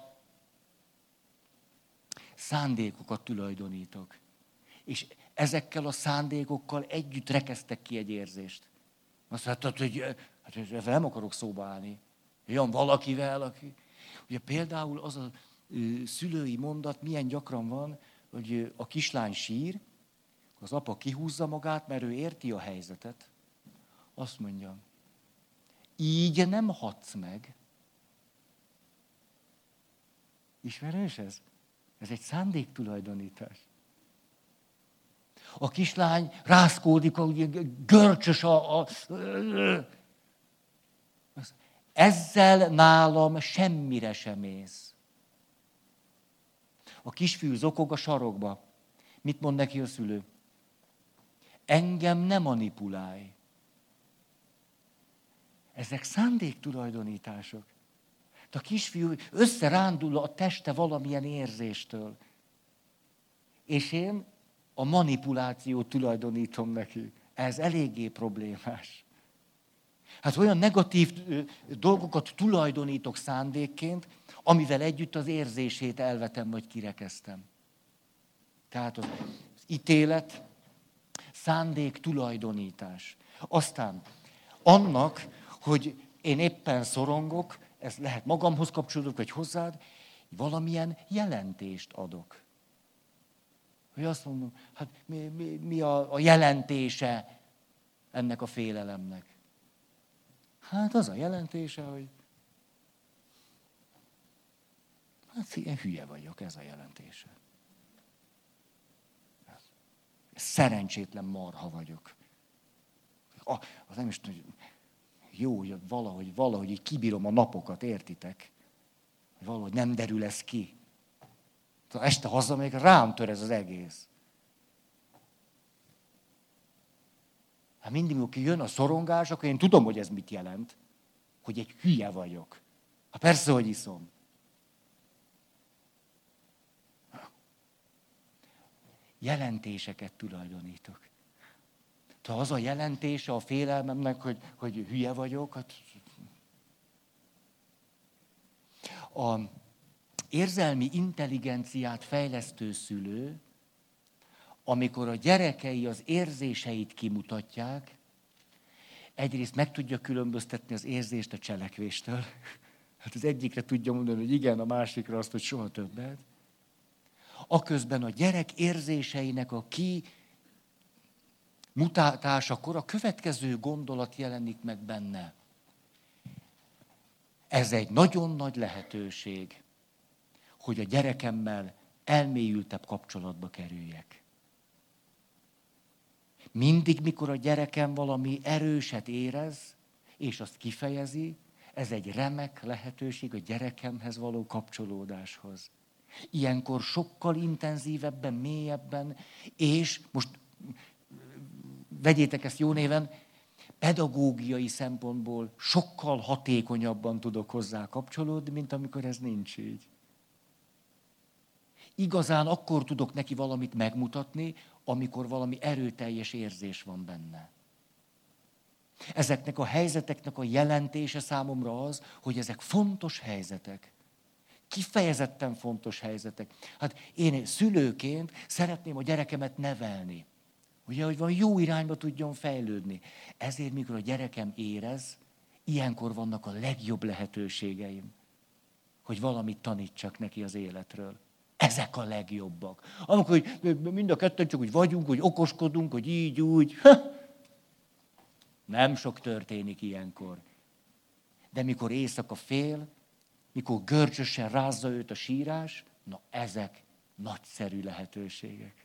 [SPEAKER 1] Szándékokat tulajdonítok. És ezekkel a szándékokkal együtt rekesztek ki egy érzést. Azt mondtad, hogy ezzel nem akarok szóba állni. Olyan valakivel, aki... Ugye például az a szülői mondat milyen gyakran van, hogy a kislány sír, az apa kihúzza magát, mert ő érti a helyzetet. Azt mondja, így nem hatsz meg. Ismerős ez? Ez egy szándéktulajdonítás. A kislány rázkódik, görcsös ezzel nálam semmire sem mész. A kisfiú zokog a sarokba. Mit mond neki a szülő? Engem ne manipulálj. Ezek szándéktulajdonítások. A kisfiú összerándul a teste valamilyen érzéstől. És én a manipulációt tulajdonítom neki. Ez eléggé problémás. Hát olyan negatív dolgokat tulajdonítok szándékként, amivel együtt az érzését elvetem vagy kirekeztem. Tehát az ítélet, szándék, tulajdonítás. Aztán annak, hogy én éppen szorongok, ez lehet magamhoz kapcsolódok, vagy hozzád, valamilyen jelentést adok. Hogy azt mondom, hát mi a jelentése ennek a félelemnek? Hát az a jelentése, hogy hát ilyen hülye vagyok, ez a jelentése. Szerencsétlen marha vagyok. Az nem is tudom, jó, hogy valahogy így kibírom a napokat, értitek? Valahogy nem derül ez ki. Este hazamegyek, rám tör ez az egész. Hát mindig, amikor jön a szorongás, akkor én tudom, hogy ez mit jelent. Hogy egy hülye vagyok. Hát persze, hogy iszom. Jelentéseket tulajdonítok. Tehát az a jelentése a félelmemnek, hogy hülye vagyok. Hát... A érzelmi intelligenciát fejlesztő szülő, amikor a gyerekei az érzéseit kimutatják, egyrészt meg tudja különböztetni az érzést a cselekvéstől. Hát az egyikre tudja mondani, hogy igen, a másikra azt, hogy soha többet. Aközben a gyerek érzéseinek a kimutatásakor a következő gondolat jelenik meg benne. Ez egy nagyon nagy lehetőség, hogy a gyerekemmel elmélyültebb kapcsolatba kerüljek. Mindig, mikor a gyerekem valami erőset érez, és azt kifejezi, ez egy remek lehetőség a gyerekemhez való kapcsolódáshoz. Ilyenkor sokkal intenzívebben, mélyebben, és most vegyétek ezt jó néven, pedagógiai szempontból sokkal hatékonyabban tudok hozzá kapcsolódni, mint amikor ez nincs így. Igazán akkor tudok neki valamit megmutatni, amikor valami erőteljes érzés van benne. Ezeknek a helyzeteknek a jelentése számomra az, hogy ezek fontos helyzetek. Kifejezetten fontos helyzetek. Hát én szülőként szeretném a gyerekemet nevelni. Ugye, hogy van jó irányba tudjon fejlődni. Ezért, mikor a gyerekem érez, ilyenkor vannak a legjobb lehetőségeim, hogy valamit tanítsak neki az életről. Ezek a legjobbak. Amikor mind a ketten csak úgy vagyunk, hogy okoskodunk, hogy így, úgy. Nem sok történik ilyenkor. De mikor éjszaka fél, mikor görcsösen rázza őt a sírás, na ezek nagyszerű lehetőségek.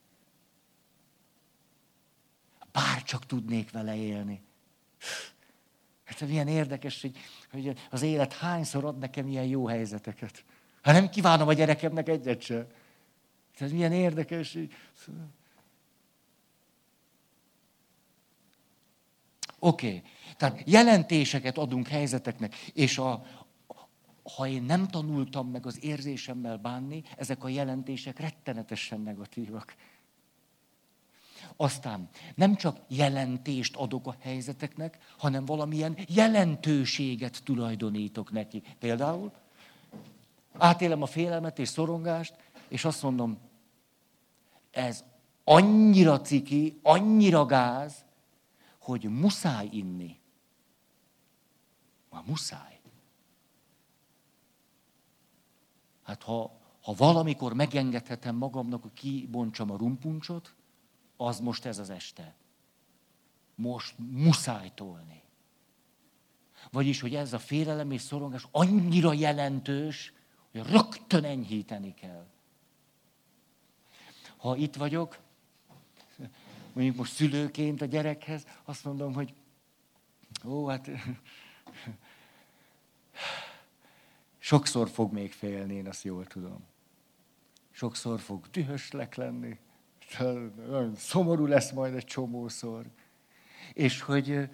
[SPEAKER 1] Bárcsak tudnék vele élni. Hát milyen érdekes, hogy az élet hányszor ad nekem ilyen jó helyzeteket. Hát nem kívánom a gyerekemnek egyet sem. Ez milyen érdekes. Oké. Tehát jelentéseket adunk helyzeteknek, és ha én nem tanultam meg az érzésemmel bánni, ezek a jelentések rettenetesen negatívak. Aztán nem csak jelentést adok a helyzeteknek, hanem valamilyen jelentőséget tulajdonítok neki. Például átélem a félelmet és szorongást, és azt mondom, ez annyira ciki, annyira gáz, hogy muszáj inni. Már muszáj. Hát ha valamikor megengedhetem magamnak, hogy kibontsam a rumpuncsot, az most ez az este. Most muszáj tolni. Vagyis, hogy ez a félelem és szorongás annyira jelentős, hogy rögtön enyhíteni kell. Ha itt vagyok, mondjuk most szülőként a gyerekhez, azt mondom, hogy hát sokszor fog még félni, én azt jól tudom. Sokszor fog dühöslek lenni, szomorú lesz majd egy csomószor. És hogy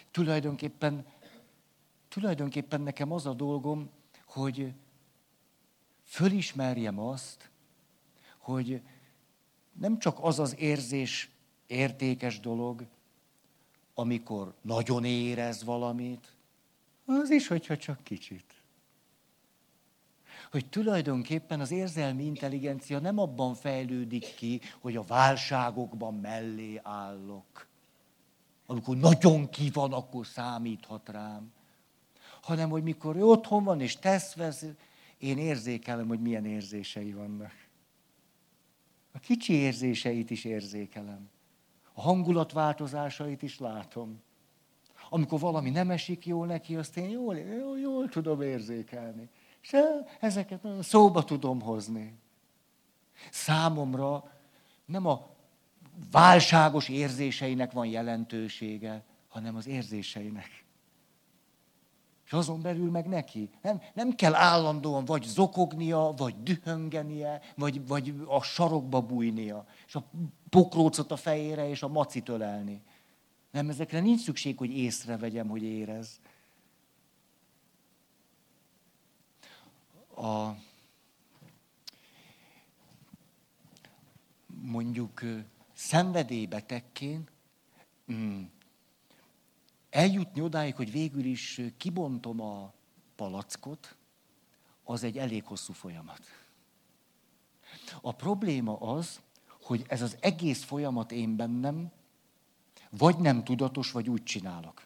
[SPEAKER 1] tulajdonképpen nekem az a dolgom, hogy fölismerjem azt, hogy nem csak az az érzés értékes dolog, amikor nagyon érez valamit, az is, hogyha csak kicsit. Hogy tulajdonképpen az érzelmi intelligencia nem abban fejlődik ki, hogy a válságokban mellé állok. Amikor nagyon ki van, akkor számíthat rám. Hanem, hogy mikor ő otthon van és vesz, én érzékelem, hogy milyen érzései vannak. A kicsi érzéseit is érzékelem. A hangulatváltozásait is látom. Amikor valami nem esik jól neki, azt én jól tudom érzékelni. És ezeket szóba tudom hozni. Számomra nem a válságos érzéseinek van jelentősége, hanem az érzéseinek. És azon belül meg neki. Nem kell állandóan vagy zokognia, vagy dühöngenie, vagy a sarokba bújnia, és a pokrócot a fejére, és a macit ölelni. Nem, ezekre nincs szükség, hogy észrevegyem, hogy érez. Mondjuk szenvedélybetegként eljutni odáig, hogy végül is kibontom a palackot, az egy elég hosszú folyamat. A probléma az, hogy ez az egész folyamat én bennem, vagy nem tudatos, vagy úgy csinálok.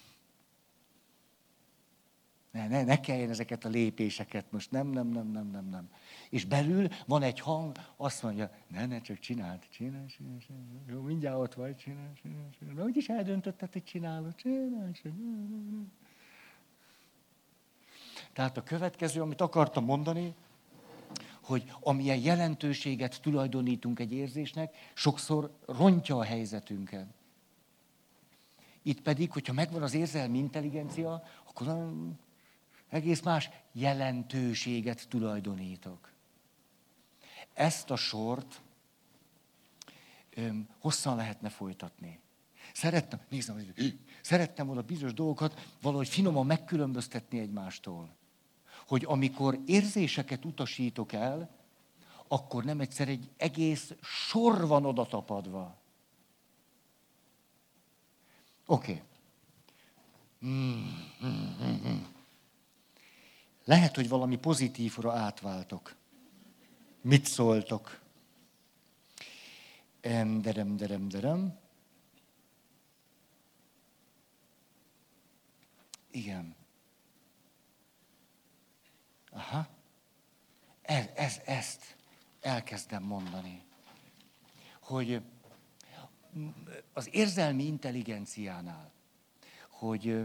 [SPEAKER 1] Ne kelljen ezeket a lépéseket most, nem. És belül van egy hang, azt mondja, ne, csak csináld. Jó, mindjárt ott vagy, csinál. De úgyis eldöntötted, hogy csinálod, csinálj. Tehát a következő, amit akartam mondani, hogy amilyen jelentőséget tulajdonítunk egy érzésnek, sokszor rontja a helyzetünket. Itt pedig, hogyha megvan az érzelmi intelligencia, akkor egész más jelentőséget tulajdonítok. Ezt a sort hosszan lehetne folytatni. Szerettem volna bizonyos dolgokat valahogy finoman megkülönböztetni egymástól. Hogy amikor érzéseket utasítok el, akkor nem egyszer egy egész sor van oda tapadva. Oké. Lehet, hogy valami pozitívra átváltok. Mit szóltok? Derem. Igen. Aha. Ezt elkezdem mondani. Hogy az érzelmi intelligenciánál, hogy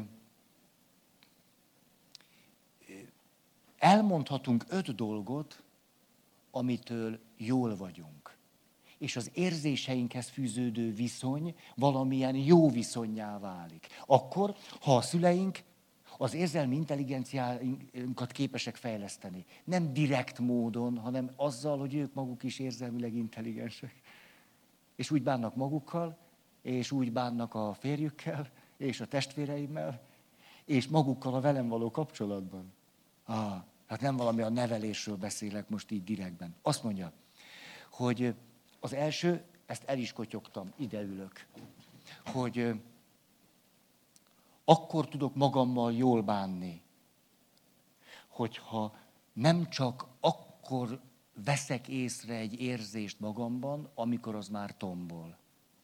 [SPEAKER 1] elmondhatunk 5 dolgot, amitől jól vagyunk. És az érzéseinkhez fűződő viszony valamilyen jó viszonnyá válik. Akkor, ha a szüleink az érzelmi intelligenciánkat képesek fejleszteni. Nem direkt módon, hanem azzal, hogy ők maguk is érzelmileg intelligensek. És úgy bánnak magukkal, és úgy bánnak a férjükkel, és a testvéreimmel, és magukkal a velem való kapcsolatban. Hát nem valami a nevelésről beszélek most így direktben. Azt mondja, hogy az első, ezt el is kotyogtam, ide ülök, hogy akkor tudok magammal jól bánni, hogyha nem csak akkor veszek észre egy érzést magamban, amikor az már tombol.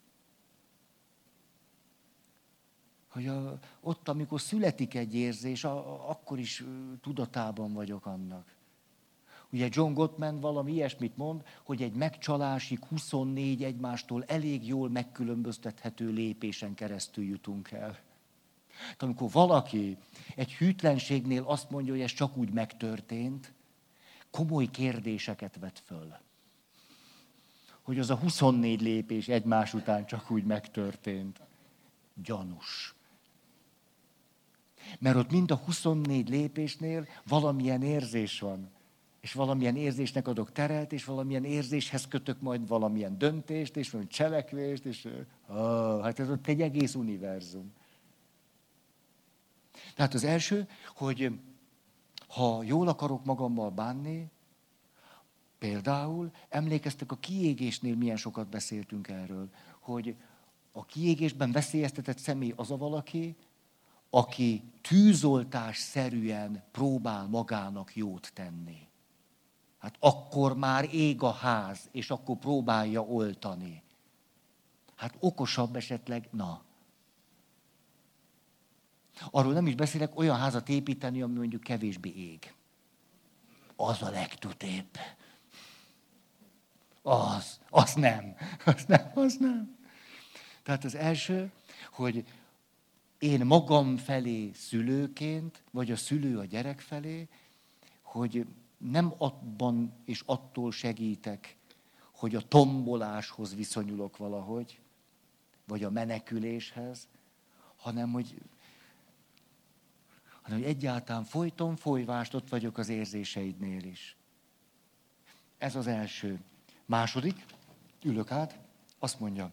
[SPEAKER 1] Hogy ott, amikor születik egy érzés, akkor is tudatában vagyok annak. Ugye John Gottman valami ilyesmit mond, hogy egy megcsalásig 24 egymástól elég jól megkülönböztethető lépésen keresztül jutunk el. Tehát amikor valaki egy hűtlenségnél azt mondja, hogy ez csak úgy megtörtént, komoly kérdéseket vet föl. Hogy az a 24 lépés egymás után csak úgy megtörtént. Gyanús. Mert ott mind a 24 lépésnél valamilyen érzés van. És valamilyen érzésnek adok teret, és valamilyen érzéshez kötök majd valamilyen döntést, és valami cselekvést, és hát ez ott egy egész univerzum. Tehát az első, hogy ha jól akarok magammal bánni, például emlékeztek, a kiégésnél milyen sokat beszéltünk erről, hogy a kiégésben veszélyeztetett személy az a valaki, aki tűzoltásszerűen próbál magának jót tenni. Hát akkor már ég a ház, és akkor próbálja oltani. Hát okosabb esetleg, Arról nem is beszélek, olyan házat építeni, ami mondjuk kevésbé ég. Az a legtutébb. Az nem. Tehát az első, hogy én magam felé szülőként, vagy a szülő a gyerek felé, hogy nem abban és attól segítek, hogy a tomboláshoz viszonyulok valahogy, vagy a meneküléshez, hanem hogy hanem hogy egyáltalán folyton folyvást ott vagyok az érzéseidnél is. Ez az első. Második, ülök át, azt mondja,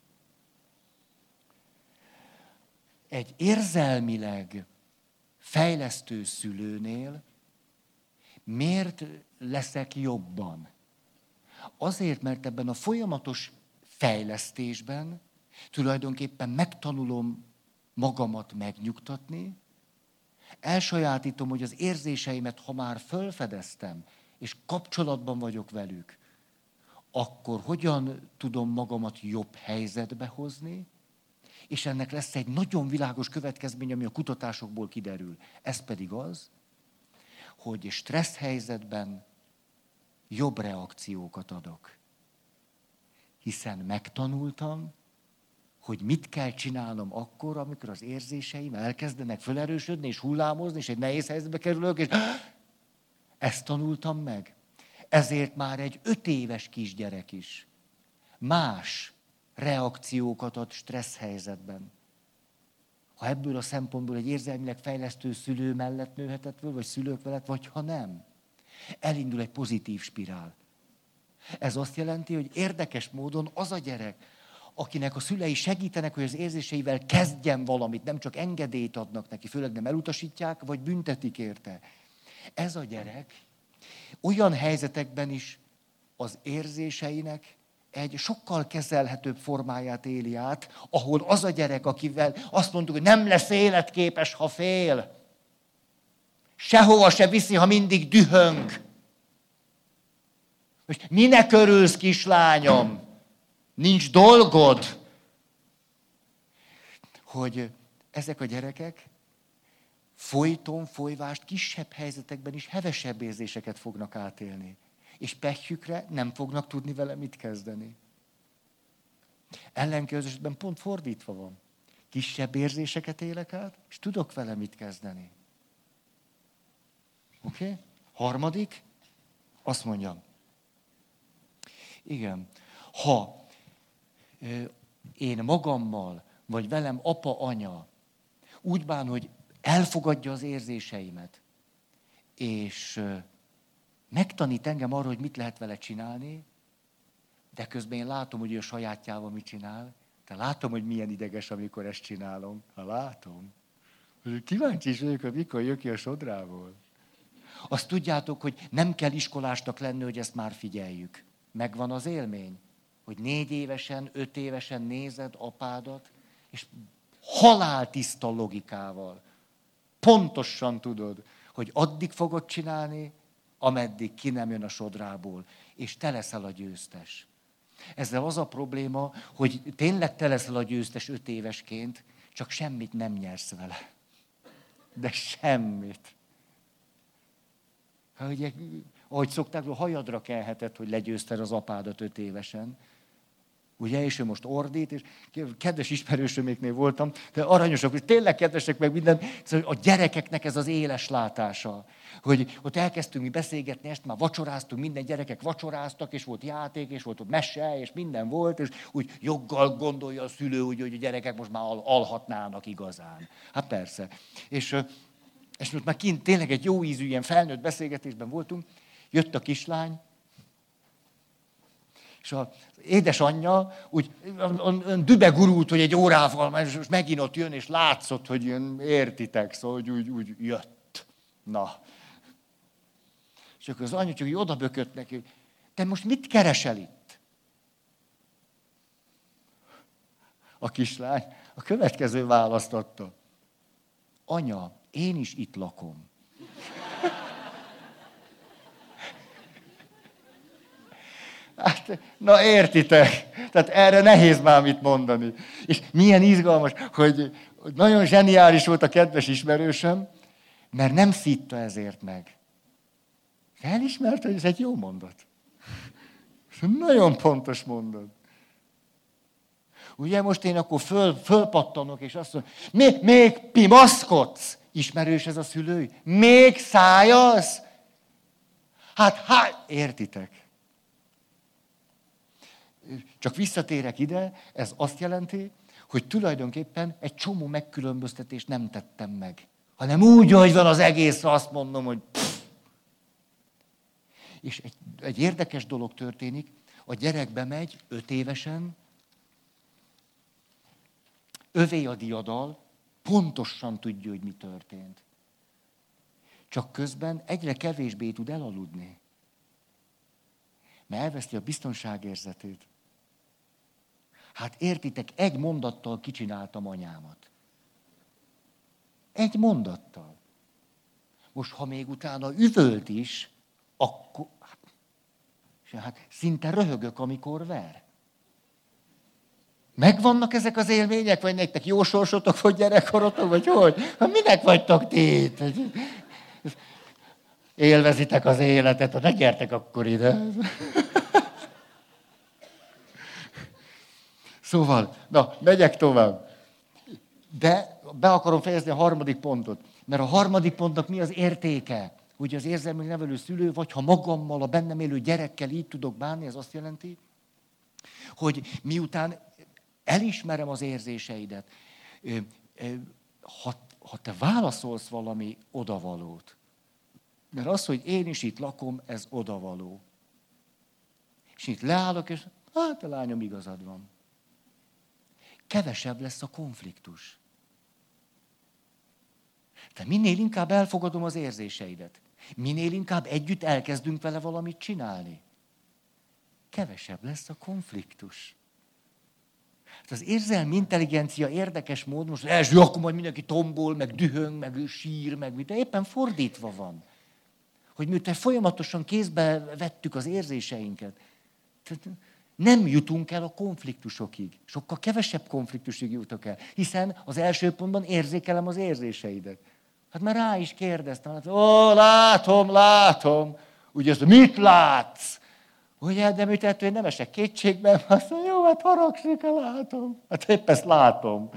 [SPEAKER 1] egy érzelmileg fejlesztő szülőnél miért leszek jobban? Azért, mert ebben a folyamatos fejlesztésben tulajdonképpen megtanulom magamat megnyugtatni, elsajátítom, hogy az érzéseimet, ha már fölfedeztem, és kapcsolatban vagyok velük, akkor hogyan tudom magamat jobb helyzetbe hozni, és ennek lesz egy nagyon világos következmény, ami a kutatásokból kiderül. Ez pedig az, hogy stressz helyzetben jobb reakciókat adok. Hiszen megtanultam, hogy mit kell csinálnom akkor, amikor az érzéseim elkezdenek felerősödni, és hullámozni, és egy nehéz helyzetbe kerülök, és ezt tanultam meg. Ezért már egy 5 éves kisgyerek is más reakciókat ad stressz helyzetben. Ha ebből a szempontból egy érzelmileg fejlesztő szülő mellett nőhetett föl, vagy szülők mellett, vagy ha nem. Elindul egy pozitív spirál. Ez azt jelenti, hogy érdekes módon az a gyerek, akinek a szülei segítenek, hogy az érzéseivel kezdjen valamit, nem csak engedélyt adnak neki, főleg nem elutasítják, vagy büntetik érte. Ez a gyerek olyan helyzetekben is az érzéseinek egy sokkal kezelhetőbb formáját éli át, ahol az a gyerek, akivel azt mondtuk, hogy nem lesz életképes, ha fél. Sehova se viszi, ha mindig dühöng. Minek örülsz, kislányom? Nincs dolgod? Hogy ezek a gyerekek folyton folyvást kisebb helyzetekben is hevesebb érzéseket fognak átélni. És pehjükre nem fognak tudni vele mit kezdeni. Ellenkező esetben pont fordítva van. Kisebb érzéseket élek át, és tudok vele mit kezdeni. Oké? Harmadik, azt mondjam. Igen, ha én magammal, vagy velem apa, anya úgy bán, hogy elfogadja az érzéseimet, és megtanít engem arra, hogy mit lehet vele csinálni, de közben én látom, hogy ő a sajátjával mit csinál. De látom, hogy milyen ideges, amikor ezt csinálom. Ha látom. Kíváncsi is vagyok, hogy mikor jön ki a sodrából. Azt tudjátok, hogy nem kell iskolásnak lenni, hogy ezt már figyeljük. Megvan az élmény, hogy 4 évesen, 5 évesen nézed apádat, és haláltiszta logikával. Pontosan tudod, hogy addig fogod csinálni, ameddig ki nem jön a sodrából, és te leszel a győztes. Ezzel az a probléma, hogy tényleg te leszel a győztes 5 évesként, csak semmit nem nyersz vele. De semmit. Ugye, ahogy szokták, a hajadra kelhetett, hogy legyőzted az apádat 5 évesen. Ugye, és ő most ordít, és kedves ismerősöméknél voltam, de aranyosak, hogy tényleg kedvesek meg minden. Szóval a gyerekeknek ez az éles látása, hogy ott elkezdtünk mi beszélgetni, ezt már vacsoráztunk, minden gyerekek vacsoráztak, és volt játék, és volt ott mese, és minden volt, és úgy joggal gondolja a szülő, hogy a gyerekek most már alhatnának igazán. Hát persze. És most már kint tényleg egy jó ízű, ilyen felnőtt beszélgetésben voltunk, jött a kislány, és az édesanyja úgy dübegurult, hogy egy órával, és megint ott jön, és látszott, hogy jön, értitek, szóval hogy úgy jött. Na. És akkor az anya csak így odabökött neki, hogy te most mit keresel itt? A kislány a következő választ adta. Anya, én is itt lakom. Hát, na értitek, tehát erre nehéz már mit mondani. És milyen izgalmas, hogy nagyon zseniális volt a kedves ismerősöm, mert nem szitta ezért meg. Elismerte, hogy ez egy jó mondat. Nagyon pontos mondat. Ugye most én akkor fölpattanok, és azt mondom, még pimaszkodsz? Ismerős ez a szülő? Még szájalsz? Hát, értitek. Csak visszatérek ide, ez azt jelenti, hogy tulajdonképpen egy csomó megkülönböztetést nem tettem meg. Hanem úgy, hogy van az egészre, azt mondom, hogy pff. És egy érdekes dolog történik, a gyerek bemegy 5 évesen, övé a diadal, pontosan tudja, hogy mi történt. Csak közben egyre kevésbé tud elaludni. Mert elveszti a biztonságérzetét. Hát értitek, egy mondattal kicsináltam anyámat. Egy mondattal. Most, ha még utána üvölt is, akkor hát szinte röhögök, amikor ver. Megvannak ezek az élmények, vagy nektek jó sorsotok, vagy gyerekkorotok, vagy hogy? Hát minek vagytok ti itt? Élvezitek az életet, ne gyertek akkor ide. Szóval, na, megyek tovább. De be akarom fejezni a 3. pontot. Mert a 3. pontnak mi az értéke? Hogy az érzelmi nevelő szülő, vagy ha magammal, a bennem élő gyerekkel így tudok bánni, ez azt jelenti, hogy miután elismerem az érzéseidet, ha te válaszolsz valami odavalót, mert az, hogy én is itt lakom, ez odavaló. És itt leállok, és hát a lányom igazad van. Kevesebb lesz a konfliktus. Te minél inkább elfogadom az érzéseidet, minél inkább együtt elkezdünk vele valamit csinálni, kevesebb lesz a konfliktus. Hát az érzelmi intelligencia érdekes módon, most első, akkor majd mindenki tombol, meg dühöng, meg sír, meg mit, de éppen fordítva van. Hogy miután folyamatosan kézbe vettük az érzéseinket, nem jutunk el a konfliktusokig. Sokkal kevesebb konfliktusig jutok el. Hiszen az első pontban érzékelem az érzéseidet. Hát már rá is kérdeztem. Hát, látom. Ugye azt, mit látsz? Ugye, de mit ettől, nem esek kétségbe. Azt mondja, jó, hát haragszik, látom. Hát épp ezt látom.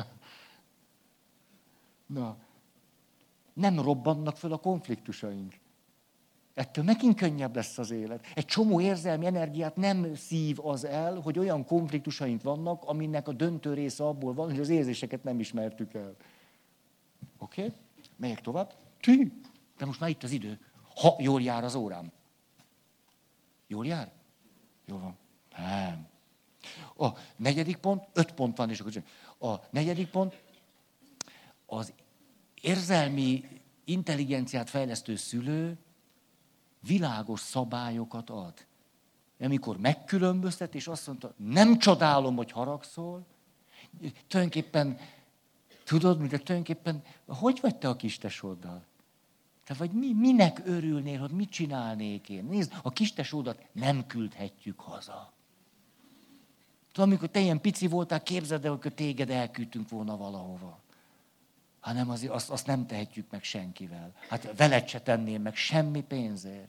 [SPEAKER 1] Na, nem robbannak föl a konfliktusaink. Ettől megint könnyebb lesz az élet. Egy csomó érzelmi energiát nem szív az el, hogy olyan konfliktusaink vannak, aminek a döntő része abból van, hogy az érzéseket nem ismertük el. Oké? Megyek tovább? De most már itt az idő. Ha jól jár az órám. Jól jár? Jól van. Nem. A 4. pont, 5 pont van, és akkor a 4. pont, az érzelmi intelligenciát fejlesztő szülő világos szabályokat ad. Amikor megkülönböztet, és azt mondta, nem csodálom, hogy haragszol, tulajdonképpen, tudod, mint tulajdonképpen, hogy vagy te a kistesóddal? Te vagy minek örülnél, hogy mit csinálnék én? Nézd, a kistesódat nem küldhetjük haza. Tudom, amikor te ilyen pici voltál, képzeld el, hogy téged elküldtünk volna valahova. Hanem azt nem tehetjük meg senkivel. Hát veled se tenném meg semmi pénzért.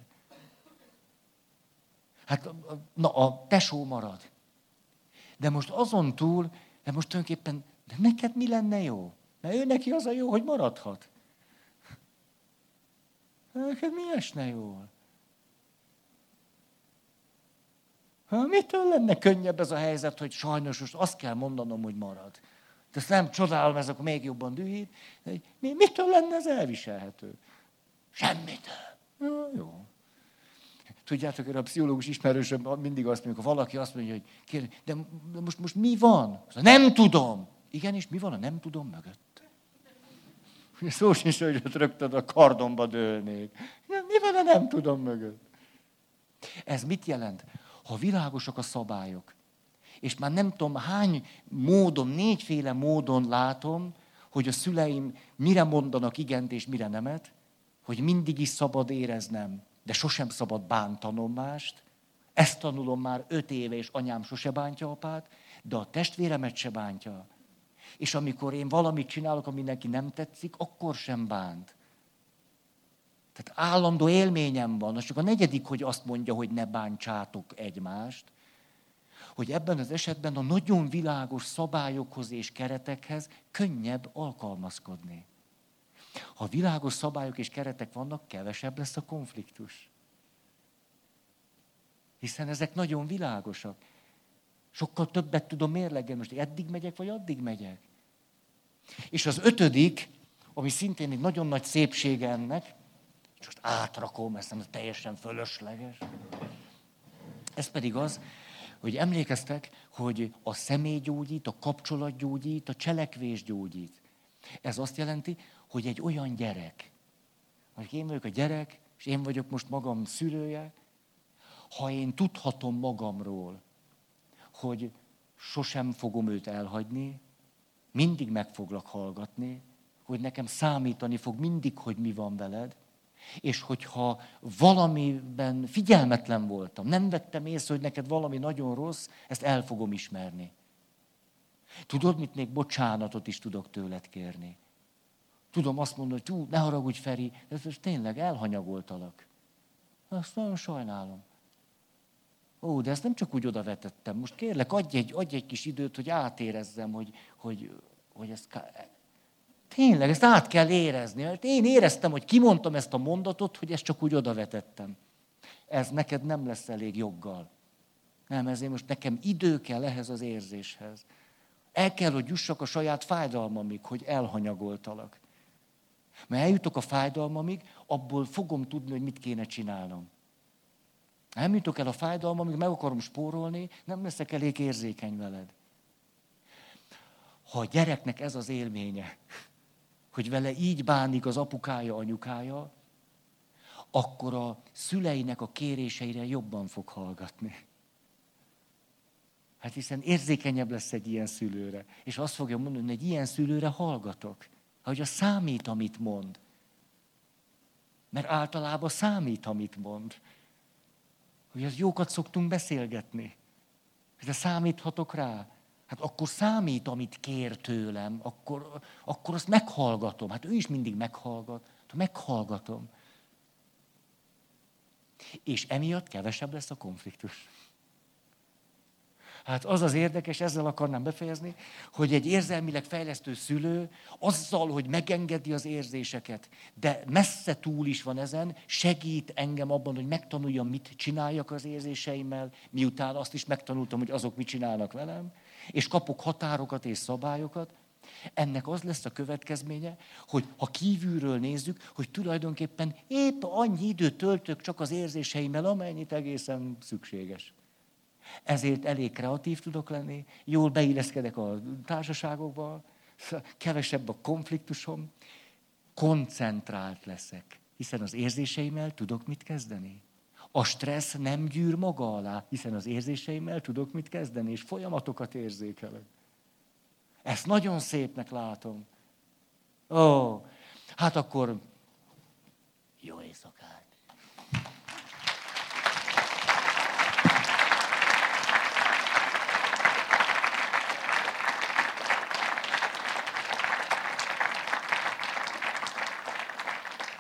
[SPEAKER 1] Hát na, a tesó marad. De most azon túl, de most tulajdonképpen, de neked mi lenne jó? Mert ő neki az a jó, hogy maradhat. Neked mi esne jól? Mitől lenne könnyebb ez a helyzet, hogy sajnos most azt kell mondanom, hogy marad? De ezt nem csodálom, ez akkor még jobban dühít. Mitől lenne ez elviselhető? Semmitől. Jó. Tudjátok, hogy a pszichológus ismerősöm mindig azt mondja, ha valaki azt mondja, hogy de most mi van? Nem tudom. Igenis, mi van a nem tudom mögött? Szó sincs, hogy rögtön a kardomba dőlnék. Mi van a nem tudom mögött? Ez mit jelent? Ha világosak a szabályok, és már nem tudom hány módon, 4 módon látom, hogy a szüleim mire mondanak igent és mire nemet, hogy mindig is szabad éreznem, de sosem szabad bántanom mást. Ezt tanulom már 5 éve, és anyám sose bántja apát, de a testvéremet se bántja. És amikor én valamit csinálok, ami neki nem tetszik, akkor sem bánt. Tehát állandó élményem van. Az csak a 4., hogy azt mondja, hogy ne bántsátok egymást, hogy ebben az esetben a nagyon világos szabályokhoz és keretekhez könnyebb alkalmazkodni. Ha világos szabályok és keretek vannak, kevesebb lesz a konfliktus. Hiszen ezek nagyon világosak. Sokkal többet tudom mérlegelni, most eddig megyek, vagy addig megyek. És az 5., ami szintén egy nagyon nagy szépsége ennek, és most átrakom, ezt nem teljesen fölösleges. Ez pedig az, hogy emlékeztek, hogy a személy gyógyít, a kapcsolat gyógyít, a cselekvés gyógyít. Ez azt jelenti, hogy egy olyan gyerek, hogy én vagyok a gyerek, és én vagyok most magam szülője, ha én tudhatom magamról, hogy sosem fogom őt elhagyni, mindig meg foglak hallgatni, hogy nekem számítani fog mindig, hogy mi van veled, és hogyha valamiben figyelmetlen voltam, nem vettem észre, hogy neked valami nagyon rossz, ezt el fogom ismerni. Tudod, mit még bocsánatot is tudok tőled kérni. Tudom azt mondani, hogy ne haragudj, Feri, de ez tényleg elhanyagoltalak. Azt nagyon sajnálom. De ezt nem csak úgy odavetettem. Most kérlek, adj egy kis időt, hogy átérezzem, hogy ez... Tényleg, ezt át kell érezni. Mert én éreztem, hogy kimondtam ezt a mondatot, hogy ezt csak úgy odavetettem. Ez neked nem lesz elég joggal. Nem, ezért most nekem idő kell ehhez az érzéshez. El kell, hogy jussak a saját fájdalmamig, hogy elhanyagoltalak. Mert eljutok a fájdalmamig, abból fogom tudni, hogy mit kéne csinálnom. Nem jutok el a fájdalmamig, meg akarom spórolni, nem leszek elég érzékeny veled. Ha a gyereknek ez az élménye, hogy vele így bánik az apukája, anyukája, akkor a szüleinek a kéréseire jobban fog hallgatni. Hát hiszen érzékenyebb lesz egy ilyen szülőre. És azt fogja mondani, hogy egy ilyen szülőre hallgatok. Hogy a számít, amit mond. Mert általában számít, amit mond. Hogy az jókat szoktunk beszélgetni. De számíthatok rá. Hát akkor számít, amit kér tőlem. Akkor azt meghallgatom. Hát ő is mindig meghallgat. Meghallgatom. És emiatt kevesebb lesz a konfliktus. Hát az az érdekes, ezzel akarnám befejezni, hogy egy érzelmileg fejlesztő szülő azzal, hogy megengedi az érzéseket, de messze túl is van ezen, segít engem abban, hogy megtanuljam, mit csináljak az érzéseimmel, miután azt is megtanultam, hogy azok mit csinálnak velem, és kapok határokat és szabályokat. Ennek az lesz a következménye, hogy ha kívülről nézzük, hogy tulajdonképpen épp annyi időt töltök csak az érzéseimmel, amennyit egészen szükséges. Ezért elég kreatív tudok lenni, jól beilleszkedek a társaságokba, kevesebb a konfliktusom, koncentrált leszek, hiszen az érzéseimmel tudok mit kezdeni. A stressz nem gyűr maga alá, hiszen az érzéseimmel tudok mit kezdeni, és folyamatokat érzékelek. Ezt nagyon szépnek látom. Hát akkor jó éjszakát!